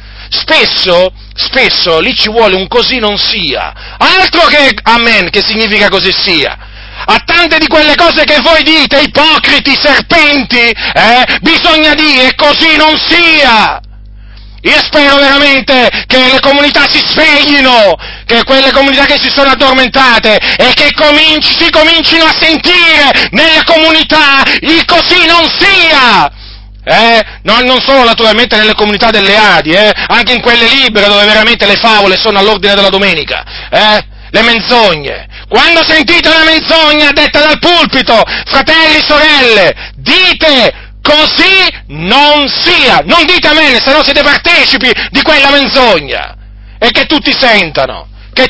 Spesso lì ci vuole un così non sia, altro che amen, che significa così sia. A tante di quelle cose che voi dite, ipocriti, serpenti, bisogna dire così non sia. Io spero veramente che le comunità si sveglino, che quelle comunità che si sono addormentate, e che si comincino a sentire nelle comunità il così non sia. No, non solo naturalmente nelle comunità delle Adi, anche in quelle libere dove veramente le favole sono all'ordine della domenica, le menzogne. Quando sentite una menzogna detta dal pulpito, fratelli, sorelle, dite così non sia, non dite amen, se no siete partecipi di quella menzogna, e che tutti sentano.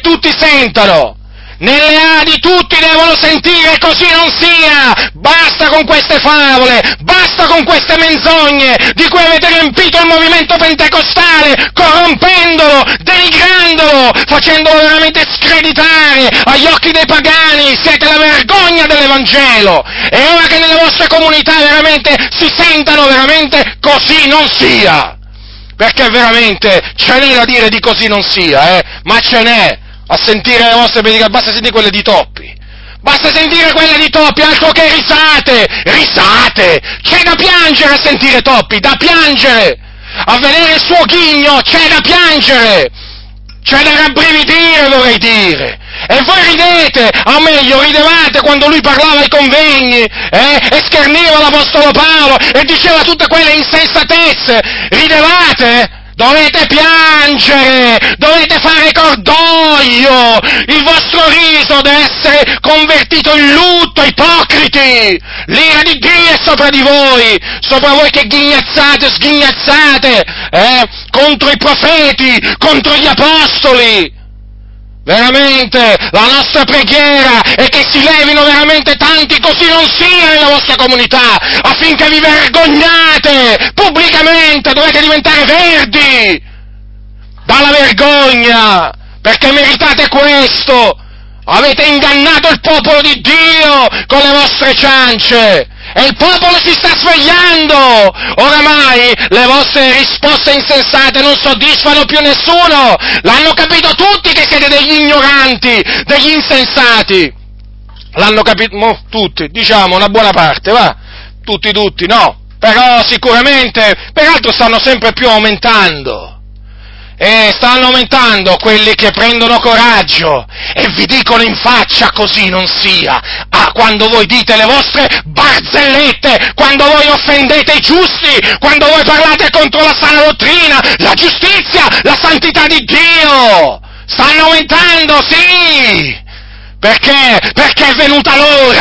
Nelle Adi tutti devono sentire così non sia, basta con queste favole, basta con queste menzogne di cui avete riempito il movimento pentecostale, corrompendolo, denigrandolo, facendolo veramente screditare agli occhi dei pagani. Siete la vergogna dell'Evangelo, e ora che nelle vostre comunità veramente si sentano veramente così non sia, perché veramente ce n'è da dire di così non sia, ma ce n'è. A sentire le vostre predicazioni, basta sentire quelle di Toppi, altro che risate, c'è da piangere a sentire Toppi, da piangere, a vedere il suo ghigno, c'è da piangere, c'è da rabbrividire, vorrei dire. E voi ridete, o meglio, ridevate quando lui parlava ai convegni, e scherniva l'Apostolo Paolo, e diceva tutte quelle insensatezze, ridevate? Dovete piangere, dovete fare cordoglio, il vostro riso deve essere convertito in lutto, ipocriti, l'ira di Dio è sopra voi che sghignazzate, contro i profeti, contro gli apostoli. Veramente, la nostra preghiera è che si levino veramente tanti così non sia nella vostra comunità, affinché vi vergognate pubblicamente, dovete diventare verdi dalla vergogna, perché meritate questo. Avete ingannato il popolo di Dio con le vostre ciance, e il popolo si sta svegliando. Oramai le vostre risposte insensate non soddisfano più nessuno. L'hanno capito tutti che siete degli ignoranti, degli insensati. L'hanno capito tutti, diciamo una buona parte, va? Tutti, no. Però sicuramente, peraltro stanno sempre più aumentando. E stanno aumentando quelli che prendono coraggio e vi dicono in faccia così non sia, quando voi dite le vostre barzellette, quando voi offendete i giusti, quando voi parlate contro la sana dottrina, la giustizia, la santità di Dio. Stanno aumentando, sì, perché è venuta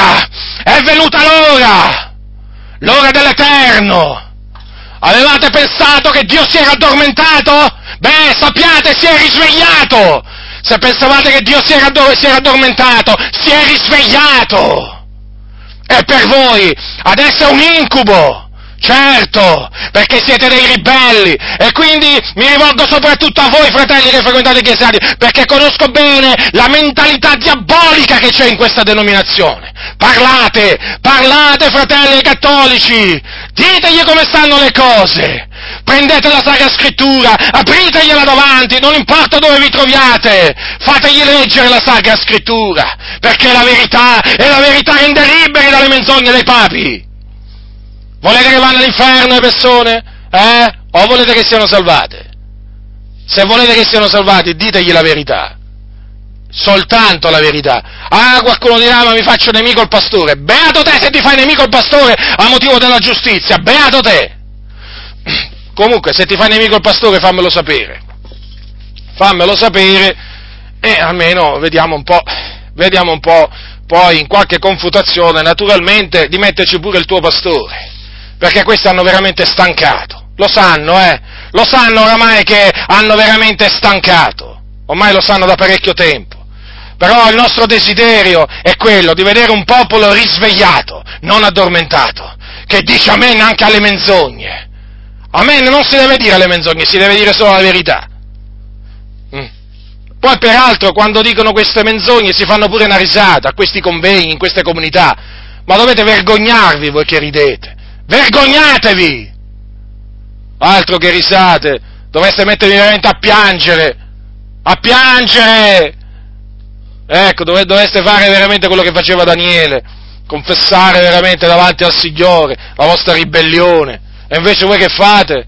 l'ora dell'Eterno. Avevate pensato che Dio si era addormentato? Beh, sappiate, si è risvegliato! Se pensavate che Dio si era addormentato, si è risvegliato! E per voi adesso è un incubo! Certo, perché siete dei ribelli, e quindi mi rivolgo soprattutto a voi, fratelli che frequentate chiese Adi, perché conosco bene la mentalità diabolica che c'è in questa denominazione. Parlate, fratelli cattolici, ditegli come stanno le cose, Prendete la Sacra Scrittura, apritegliela davanti, non importa dove vi troviate, fategli leggere la Sacra Scrittura, perché è la verità, e la verità rende liberi dalle menzogne dei papi. Volete che vanno all'inferno le persone? O volete che siano salvate? Se volete che siano salvati, ditegli la verità. Soltanto la verità. Qualcuno dirà, ma mi faccio nemico il pastore. Beato te se ti fai nemico il pastore a motivo della giustizia, beato te. Comunque, se ti fai nemico il pastore, fammelo sapere e almeno vediamo un po' poi in qualche confutazione, naturalmente, di metterci pure il tuo pastore, perché questi hanno veramente stancato, lo sanno oramai che hanno veramente stancato, ormai lo sanno da parecchio tempo. Però il nostro desiderio è quello di vedere un popolo risvegliato, non addormentato, che dice amen anche alle menzogne. Amen non si deve dire alle menzogne, si deve dire solo la verità. Poi peraltro quando dicono queste menzogne si fanno pure una risata a questi convegni, in queste comunità. Ma dovete vergognarvi voi che ridete. Vergognatevi! Altro che risate, dovreste mettervi veramente a piangere! A piangere! Ecco, dovreste fare veramente quello che faceva Daniele, confessare veramente davanti al Signore la vostra ribellione. E invece voi che fate?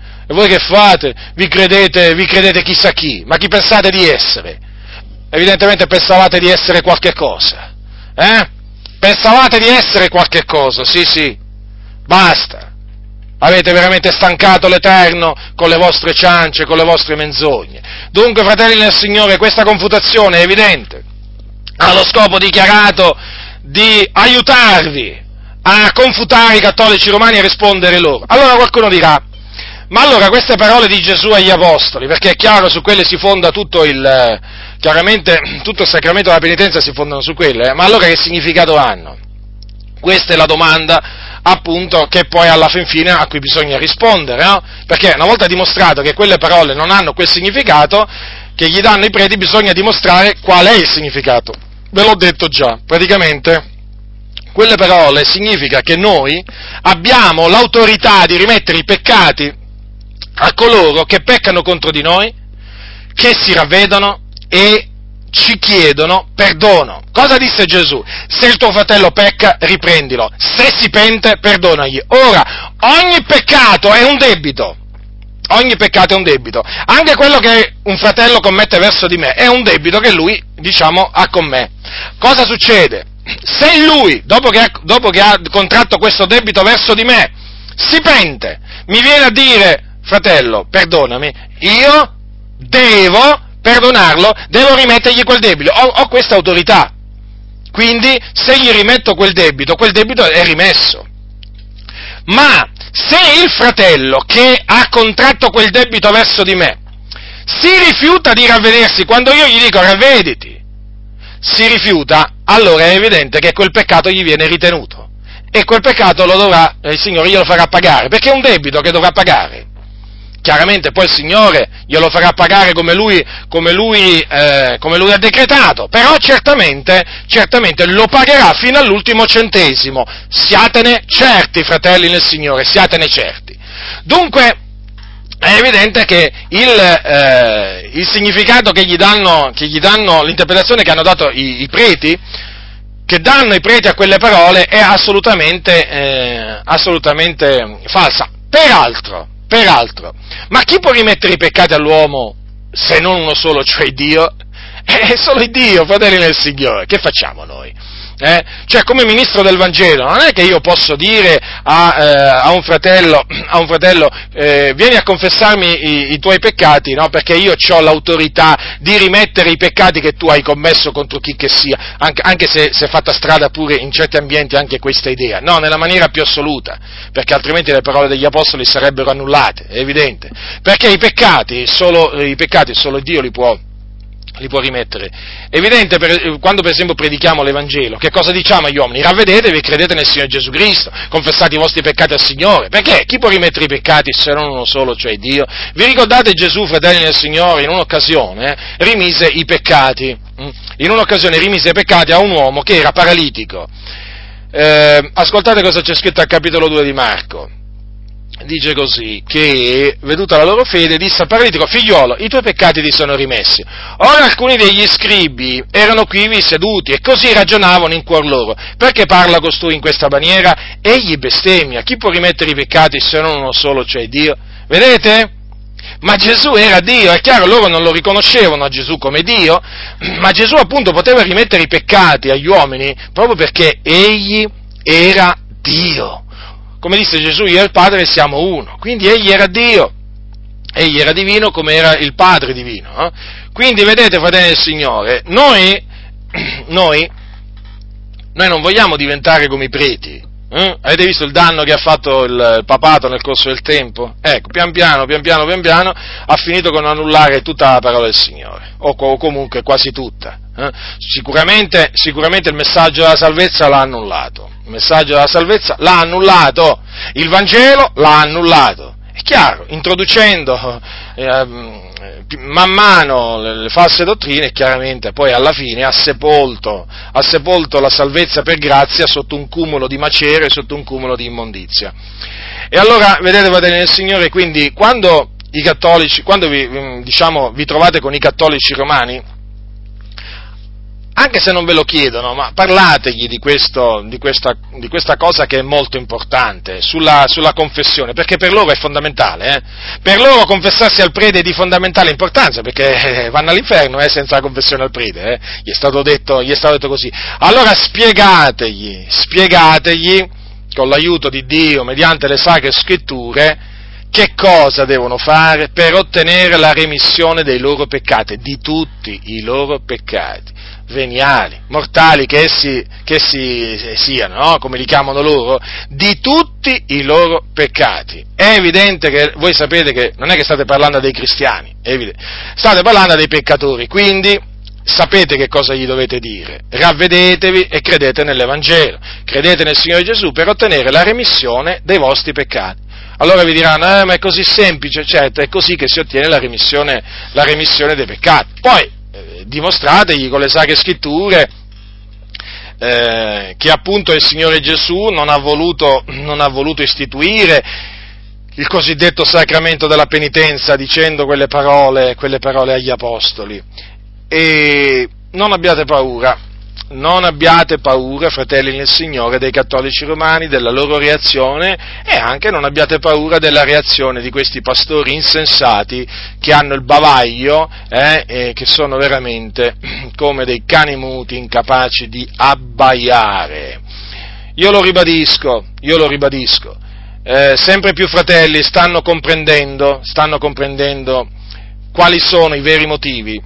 Vi credete chissà chi, ma chi pensate di essere? Evidentemente pensavate di essere qualche cosa, Pensavate di essere qualche cosa, sì, basta. Avete veramente stancato l'Eterno con le vostre ciance, con le vostre menzogne. Dunque, fratelli nel Signore, questa confutazione è evidente, ha lo scopo dichiarato di aiutarvi a confutare i cattolici romani e rispondere loro. Allora qualcuno dirà, ma allora queste parole di Gesù agli Apostoli, perché è chiaro su quelle si fonda chiaramente tutto il sacramento della penitenza si fondano su quelle, ma allora che significato hanno? Questa è la domanda, appunto, che poi alla fin fine a cui bisogna rispondere, no? Perché una volta dimostrato che quelle parole non hanno quel significato che gli danno i preti, bisogna dimostrare qual è il significato. Ve l'ho detto già, praticamente quelle parole significa che noi abbiamo l'autorità di rimettere i peccati a coloro che peccano contro di noi, che si ravvedono e ci chiedono perdono. Cosa disse Gesù? Se il tuo fratello pecca, riprendilo. Se si pente, perdonagli. Ora, ogni peccato è un debito. Ogni peccato è un debito. Anche quello che un fratello commette verso di me è un debito che lui, ha con me. Cosa succede? Se lui, dopo che ha contratto questo debito verso di me, si pente, mi viene a dire, fratello, perdonami, io devo perdonarlo, devo rimettergli quel debito, ho questa autorità. Quindi, se gli rimetto quel debito è rimesso. Ma, se il fratello che ha contratto quel debito verso di me si rifiuta di ravvedersi quando io gli dico ravvediti, si rifiuta, allora è evidente che quel peccato gli viene ritenuto e quel peccato il Signore glielo farà pagare, perché è un debito che dovrà pagare. Chiaramente poi il Signore glielo farà pagare come lui ha decretato, però certamente lo pagherà fino all'ultimo centesimo. Siatene certi, fratelli nel Signore, siatene certi. Dunque, è evidente che il significato che gli danno, l'interpretazione che hanno dato i preti, che danno i preti a quelle parole, è assolutamente falsa. Peraltro, ma chi può rimettere i peccati all'uomo se non uno solo, cioè Dio? È solo Dio, fratelli nel Signore. Che facciamo noi? Cioè, come ministro del Vangelo, non è che io posso dire a un fratello, vieni a confessarmi i tuoi peccati, no? Perché io ho l'autorità di rimettere i peccati che tu hai commesso contro chi che sia, anche se si è fatta strada pure in certi ambienti anche questa idea, no, nella maniera più assoluta, perché altrimenti le parole degli Apostoli sarebbero annullate, è evidente, perché i peccati solo Dio li può rimettere. È evidente, quando per esempio predichiamo l'Evangelo, che cosa diciamo agli uomini? Ravvedetevi e credete nel Signore Gesù Cristo, confessate i vostri peccati al Signore, perché chi può rimettere i peccati se non uno solo, cioè Dio? Vi ricordate Gesù, fratelli del Signore, in un'occasione rimise i peccati a un uomo che era paralitico. Ascoltate cosa c'è scritto al capitolo 2 di Marco. dice così, che veduta la loro fede disse al paralitico: figliolo, i tuoi peccati ti sono rimessi. Ora alcuni degli scribi erano quivi seduti e così ragionavano in cuor loro: perché parla costui in questa maniera? Egli bestemmia, chi può rimettere i peccati se non uno solo, cioè Dio? Vedete? Ma Gesù era Dio, è chiaro, loro non lo riconoscevano a Gesù come Dio, ma Gesù appunto poteva rimettere i peccati agli uomini proprio perché egli era Dio. Come disse Gesù, io e il Padre siamo uno, quindi egli era Dio, egli era divino come era il Padre divino. Quindi vedete, fratelli del Signore, noi non vogliamo diventare come i preti. Avete visto il danno che ha fatto il papato nel corso del tempo? Ecco, pian piano, ha finito con annullare tutta la parola del Signore, o comunque quasi tutta. Sicuramente il messaggio della salvezza l'ha annullato. Il messaggio della salvezza l'ha annullato, il Vangelo l'ha annullato, è chiaro, introducendo man mano le false dottrine, chiaramente poi alla fine ha sepolto la salvezza per grazia sotto un cumulo di macerie, sotto un cumulo di immondizia. E allora, vedete, fratelli del Signore, quindi quando vi trovate con i cattolici romani, anche se non ve lo chiedono, ma parlategli di questa cosa che è molto importante, sulla confessione, perché per loro è fondamentale, Per loro confessarsi al prete è di fondamentale importanza, perché vanno all'inferno, senza la confessione al prete, Gli è stato detto così. Allora spiegategli, con l'aiuto di Dio, mediante le sacre scritture, che cosa devono fare per ottenere la remissione dei loro peccati, di tutti i loro peccati, veniali, mortali che essi siano, no? Come li chiamano loro, di tutti i loro peccati. È evidente che voi sapete che non è che state parlando dei cristiani, è evidente, state parlando dei peccatori, quindi sapete che cosa gli dovete dire: ravvedetevi e credete nell'Evangelo, credete nel Signore Gesù per ottenere la remissione dei vostri peccati. Allora vi diranno, ma è così semplice, certo, è così che si ottiene la remissione dei peccati. Poi dimostrategli con le sacre scritture che appunto il Signore Gesù non ha voluto istituire il cosiddetto sacramento della penitenza dicendo quelle parole agli apostoli. E non abbiate paura, fratelli nel Signore, dei cattolici romani, della loro reazione, e anche non abbiate paura della reazione di questi pastori insensati che hanno il bavaglio, e che sono veramente come dei cani muti incapaci di abbaiare. Io lo ribadisco, sempre più fratelli stanno comprendendo quali sono i veri motivi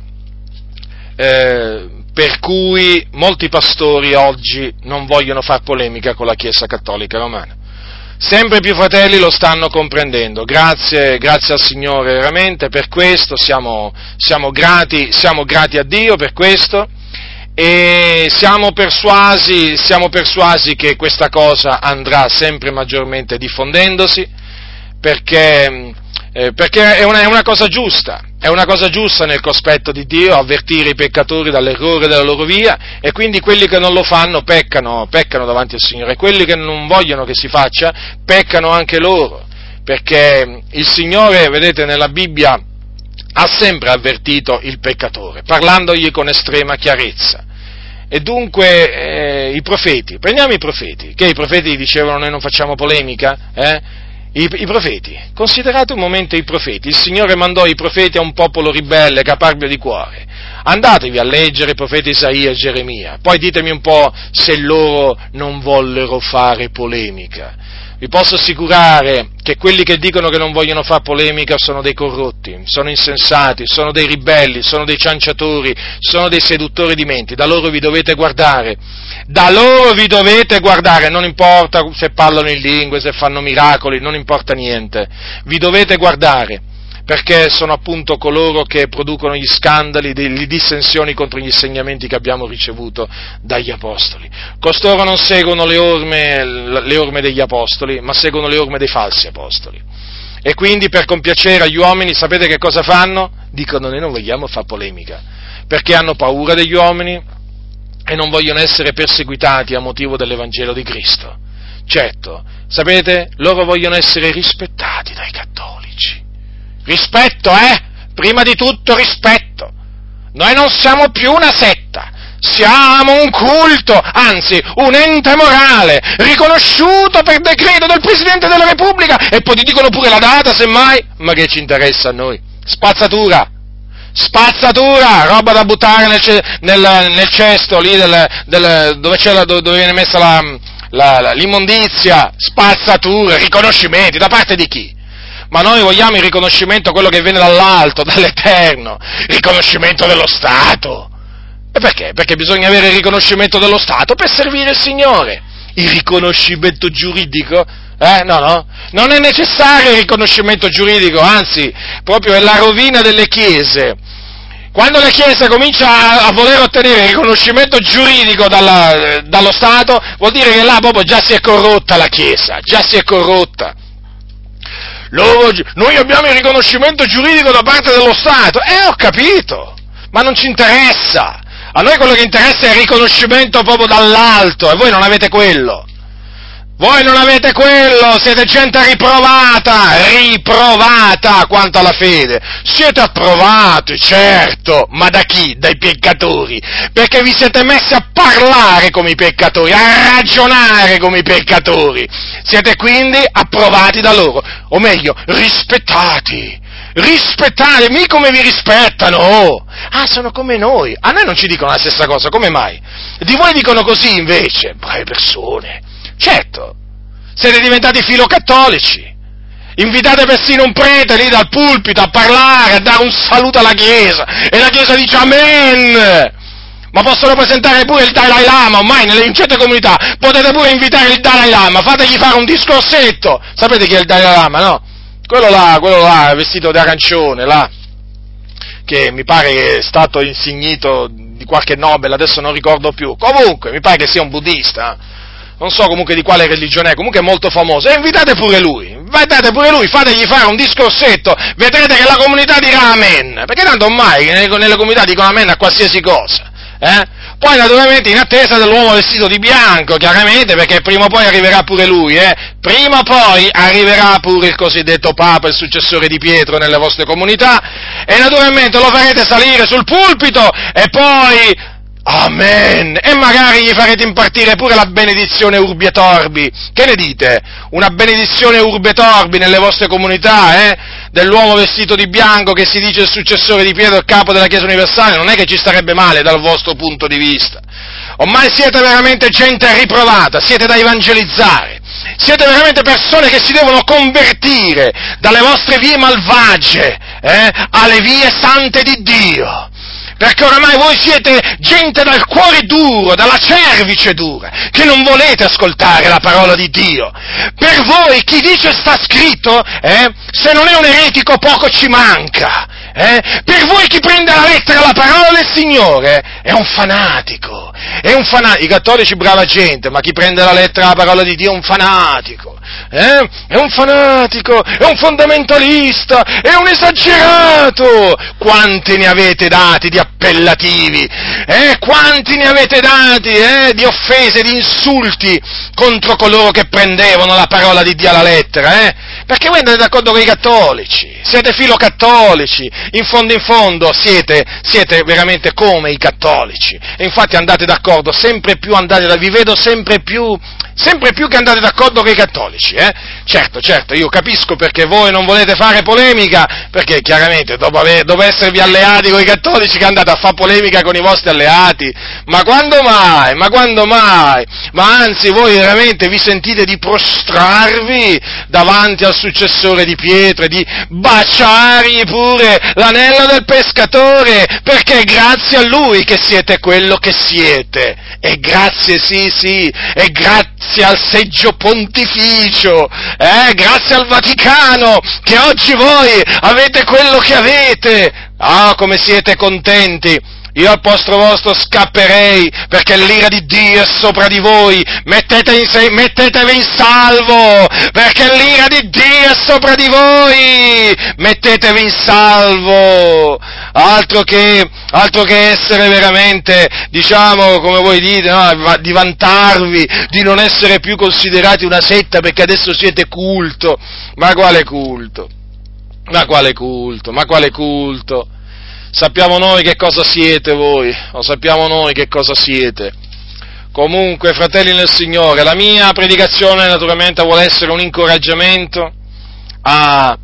per cui molti pastori oggi non vogliono far polemica con la Chiesa Cattolica Romana. Sempre più fratelli lo stanno comprendendo, grazie al Signore veramente per questo, siamo grati a Dio per questo, e siamo persuasi che questa cosa andrà sempre maggiormente diffondendosi, perché è una cosa giusta. È una cosa giusta nel cospetto di Dio avvertire i peccatori dall'errore della loro via, e quindi quelli che non lo fanno peccano davanti al Signore, e quelli che non vogliono che si faccia peccano anche loro, perché il Signore, vedete, nella Bibbia ha sempre avvertito il peccatore, parlandogli con estrema chiarezza. E dunque prendiamo i profeti, che i profeti dicevano noi non facciamo polemica, I profeti, considerate un momento i profeti, il Signore mandò i profeti a un popolo ribelle, caparbio di cuore. Andatevi a leggere i profeti Isaia e Geremia, poi ditemi un po' se loro non vollero fare polemica. Vi posso assicurare che quelli che dicono che non vogliono fare polemica sono dei corrotti, sono insensati, sono dei ribelli, sono dei cianciatori, sono dei seduttori di menti. Da loro vi dovete guardare, non importa se parlano in lingue, se fanno miracoli, non importa niente, vi dovete guardare, perché sono appunto coloro che producono gli scandali, le dissensioni contro gli insegnamenti che abbiamo ricevuto dagli apostoli. Costoro non seguono le orme degli apostoli, ma seguono le orme dei falsi apostoli. E quindi per compiacere agli uomini, sapete che cosa fanno? Dicono noi non vogliamo fare polemica, perché hanno paura degli uomini e non vogliono essere perseguitati a motivo dell'Evangelo di Cristo. Certo, sapete, loro vogliono essere rispettati dai cattolici. Rispetto, Prima di tutto rispetto. Noi non siamo più una setta, siamo un culto, anzi un ente morale, riconosciuto per decreto del Presidente della Repubblica, e poi ti dicono pure la data, semmai. Ma che ci interessa a noi? Spazzatura, roba da buttare nel cesto lì dove viene messa l'immondizia, spazzatura, riconoscimenti, da parte di chi? Ma noi vogliamo il riconoscimento, quello che viene dall'alto, dall'Eterno, riconoscimento dello Stato. E perché? Perché bisogna avere il riconoscimento dello Stato per servire il Signore. Il riconoscimento giuridico? No, non è necessario il riconoscimento giuridico, anzi, proprio è la rovina delle chiese. Quando la Chiesa comincia a voler ottenere il riconoscimento giuridico dallo Stato, vuol dire che là proprio già si è corrotta la Chiesa, già si è corrotta. Noi abbiamo il riconoscimento giuridico da parte dello Stato, ho capito, ma non ci interessa, a noi quello che interessa è il riconoscimento proprio dall'alto, e voi non avete quello. Siete gente riprovata quanto alla fede, siete approvati, certo, ma da chi? Dai peccatori, perché vi siete messi a parlare come i peccatori, a ragionare come i peccatori, siete quindi approvati da loro, o meglio, rispettati, mica come vi rispettano, sono come noi, a noi non ci dicono la stessa cosa, come mai? Di voi dicono così invece, brave persone. Certo, siete diventati filocattolici, invitate persino un prete lì dal pulpito a parlare, a dare un saluto alla Chiesa, e la Chiesa dice amen, ma possono presentare pure il Dalai Lama, ormai in certe comunità potete pure invitare il Dalai Lama, fategli fare un discorsetto, sapete chi è il Dalai Lama, no? Quello là, vestito di arancione, là, che mi pare che è stato insignito di qualche Nobel, adesso non ricordo più, comunque mi pare che sia un buddista, non so comunque di quale religione è, comunque è molto famoso, e invitate pure lui, fategli fare un discorsetto, vedrete che la comunità dirà amen, perché tanto ormai nelle comunità dicono amen a qualsiasi cosa, Poi naturalmente in attesa dell'uomo vestito di bianco, chiaramente, perché prima o poi arriverà pure lui, prima o poi arriverà pure il cosiddetto Papa, il successore di Pietro nelle vostre comunità, e naturalmente lo farete salire sul pulpito, e poi amen! E magari gli farete impartire pure la benedizione urbi et orbi. Che ne dite? Una benedizione urbi et orbi nelle vostre comunità, dell'uomo vestito di bianco che si dice il successore di Pietro, il capo della Chiesa universale, non è che ci starebbe male dal vostro punto di vista. Ormai siete veramente gente riprovata, siete da evangelizzare. Siete veramente persone che si devono convertire dalle vostre vie malvagie, alle vie sante di Dio. Perché oramai voi siete gente dal cuore duro, dalla cervice dura, che non volete ascoltare la parola di Dio. Per voi chi dice sta scritto, se non è un eretico poco ci manca. Per voi chi prende alla lettera la parola del Signore è un fanatico. I cattolici brava gente, ma chi prende alla lettera la parola di Dio è un fanatico. È un fanatico, è un fondamentalista, è un esagerato. Quanti ne avete dati di appellativi? Quanti ne avete dati di offese, di insulti contro coloro che prendevano la parola di Dio alla lettera? Perché voi andate d'accordo con i cattolici, siete filocattolici, in fondo siete veramente come i cattolici, e infatti andate d'accordo, vi vedo sempre più che andate d'accordo con i cattolici, Certo, io capisco perché voi non volete fare polemica, perché chiaramente dopo esservi alleati con i cattolici che andate a fare polemica con i vostri alleati, ma quando mai? Ma anzi voi veramente vi sentite di prostrarvi davanti al successore di Pietro e di baciargli pure l'anello del pescatore, perché è grazie a lui che siete quello che siete, e grazie, sì, e grazie al seggio pontificio, grazie al Vaticano, che oggi voi avete quello che avete. Come siete contenti! Io al posto vostro scapperei, perché l'ira di Dio è sopra di voi, mettetevi in salvo, perché l'ira di Dio è sopra di voi, mettetevi in salvo, altro che essere veramente, diciamo, come voi dite, no, di vantarvi, di non essere più considerati una setta perché adesso siete culto. Ma quale culto? Ma quale culto? Ma quale culto? Sappiamo noi che cosa siete voi, lo sappiamo noi che cosa siete. Comunque, fratelli nel Signore, la mia predicazione naturalmente vuole essere un incoraggiamento a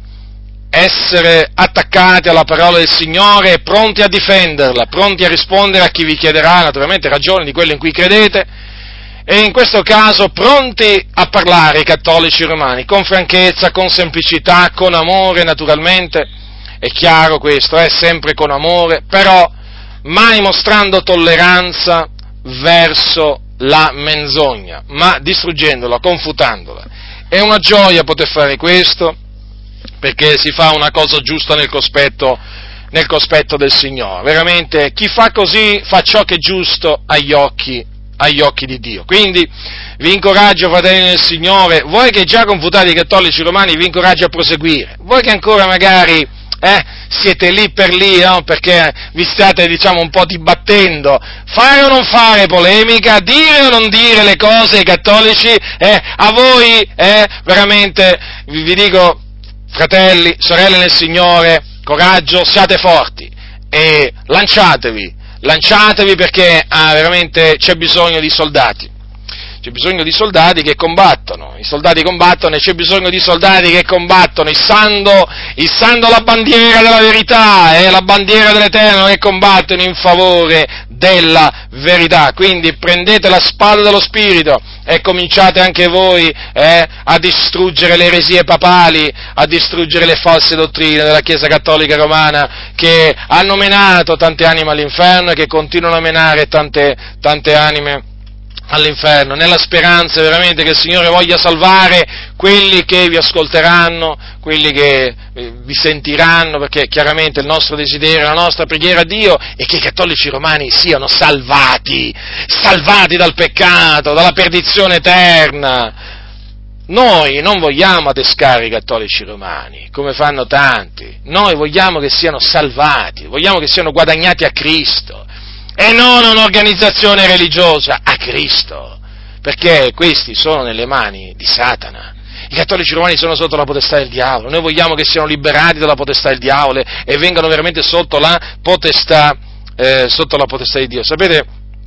essere attaccati alla parola del Signore e pronti a difenderla, pronti a rispondere a chi vi chiederà naturalmente ragione di quello in cui credete, e in questo caso pronti a parlare ai cattolici romani con franchezza, con semplicità, con amore naturalmente. È chiaro questo, è sempre con amore, però mai mostrando tolleranza verso la menzogna, ma distruggendola, confutandola. È una gioia poter fare questo, perché si fa una cosa giusta nel cospetto del Signore. Veramente, chi fa così fa ciò che è giusto agli occhi di Dio. Quindi vi incoraggio, fratelli nel Signore, voi che già confutate i cattolici romani, vi incoraggio a proseguire. Voi che ancora magari siete lì per lì, no? Perché vi state, diciamo, un po' dibattendo, fare o non fare polemica, dire o non dire le cose ai cattolici, a voi, veramente, vi dico, fratelli, sorelle nel Signore, coraggio, siate forti, e lanciatevi perché veramente c'è bisogno di soldati. C'è bisogno di soldati che combattono, i soldati combattono e c'è bisogno di soldati che combattono, issando la bandiera della verità, la bandiera dell'Eterno, che combattono in favore della verità. Quindi prendete la spada dello Spirito e cominciate anche voi a distruggere le eresie papali, a distruggere le false dottrine della Chiesa Cattolica Romana, che hanno menato tante anime all'inferno e che continuano a menare tante anime all'inferno, nella speranza veramente che il Signore voglia salvare quelli che vi ascolteranno, quelli che vi sentiranno, perché chiaramente il nostro desiderio, la nostra preghiera a Dio è che i cattolici romani siano salvati dal peccato, dalla perdizione eterna. Noi non vogliamo adescare i cattolici romani, come fanno tanti, noi vogliamo che siano salvati, vogliamo che siano guadagnati a Cristo, e non un'organizzazione religiosa, a Cristo, perché questi sono nelle mani di Satana. I cattolici romani sono sotto la potestà del diavolo, noi vogliamo che siano liberati dalla potestà del diavolo e vengano veramente sotto la potestà di Dio. Sapete,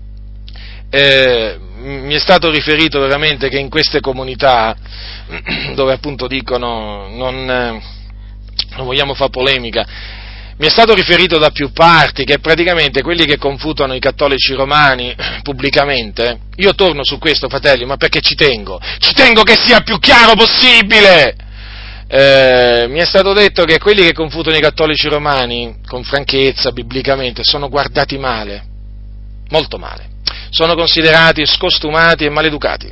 mi è stato riferito veramente che in queste comunità, dove appunto dicono non vogliamo fare polemica, mi è stato riferito da più parti che praticamente quelli che confutano i cattolici romani pubblicamente, io torno su questo, fratelli, ma perché ci tengo che sia più chiaro possibile. Mi è stato detto che quelli che confutano i cattolici romani con franchezza, biblicamente, sono guardati male, molto male, sono considerati scostumati e maleducati,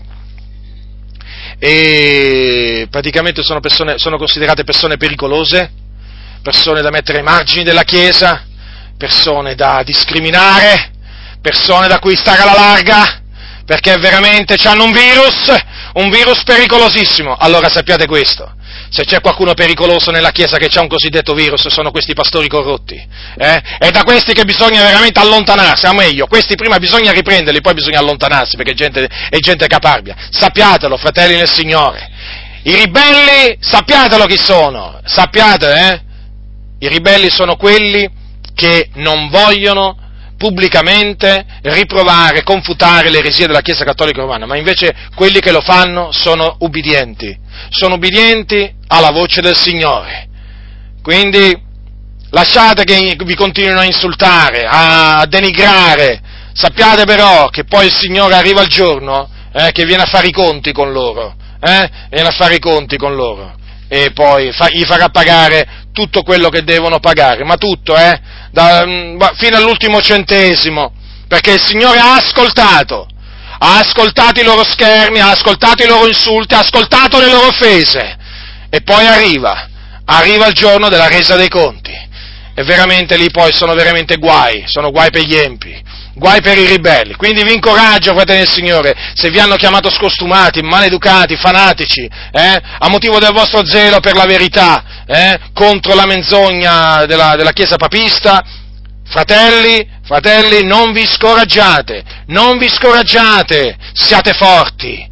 e praticamente sono considerate persone pericolose, persone da mettere ai margini della Chiesa, persone da discriminare, persone da cui stare alla larga, perché veramente hanno un virus pericolosissimo. Allora sappiate questo, se c'è qualcuno pericoloso nella Chiesa che c'ha un cosiddetto virus, sono questi pastori corrotti, è da questi che bisogna veramente allontanarsi, o meglio, questi prima bisogna riprenderli, poi bisogna allontanarsi, perché è gente caparbia. Sappiatelo, fratelli nel Signore, i ribelli, sappiatelo chi sono, i ribelli sono quelli che non vogliono pubblicamente riprovare, confutare l'eresia della Chiesa Cattolica Romana, ma invece quelli che lo fanno sono ubbidienti alla voce del Signore. Quindi lasciate che vi continuino a insultare, a denigrare, sappiate però che poi il Signore arriva il giorno che viene a fare i conti con loro, e poi gli farà pagare tutto quello che devono pagare, ma tutto, fino all'ultimo centesimo, perché il Signore ha ascoltato i loro schermi, ha ascoltato i loro insulti, ha ascoltato le loro offese, e poi arriva il giorno della resa dei conti, e veramente lì poi sono veramente guai per gli empi, guai per i ribelli. Quindi vi incoraggio, fratelli del Signore, se vi hanno chiamato scostumati, maleducati, fanatici, a motivo del vostro zelo per la verità, contro la menzogna della Chiesa papista, fratelli, non vi scoraggiate, siate forti,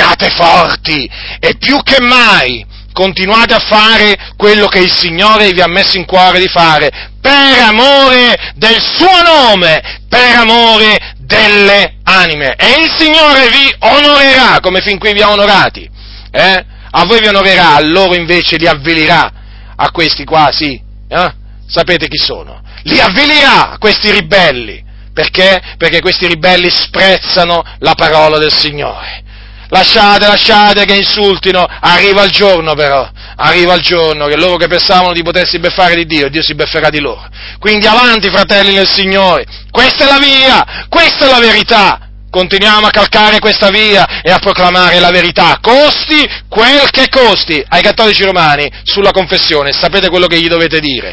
e più che mai continuate a fare quello che il Signore vi ha messo in cuore di fare, per amore del suo nome, per amore delle anime, e il Signore vi onorerà, come fin qui vi ha onorati, a voi vi onorerà, a loro invece li avvilirà, a questi qua, sì, sapete chi sono? Li avvilirà, questi ribelli. Perché? Perché questi ribelli sprezzano la parola del Signore. Lasciate che insultino, arriva il giorno che loro che pensavano di potersi beffare di Dio si befferà di loro. Quindi avanti, fratelli nel Signore, questa è la via, questa è la verità. Continuiamo a calcare questa via e a proclamare la verità, costi quel che costi, ai cattolici romani sulla confessione. Sapete quello che gli dovete dire,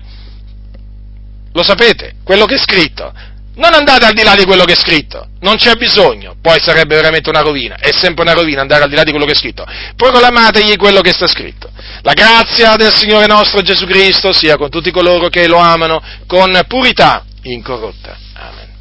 Lo sapete, quello che è scritto. Non andate al di là di quello che è scritto, non c'è bisogno, poi sarebbe veramente una rovina, è sempre una rovina andare al di là di quello che è scritto. Proclamategli quello che sta scritto. La grazia del Signore nostro Gesù Cristo sia con tutti coloro che lo amano con purità incorrotta. Amen.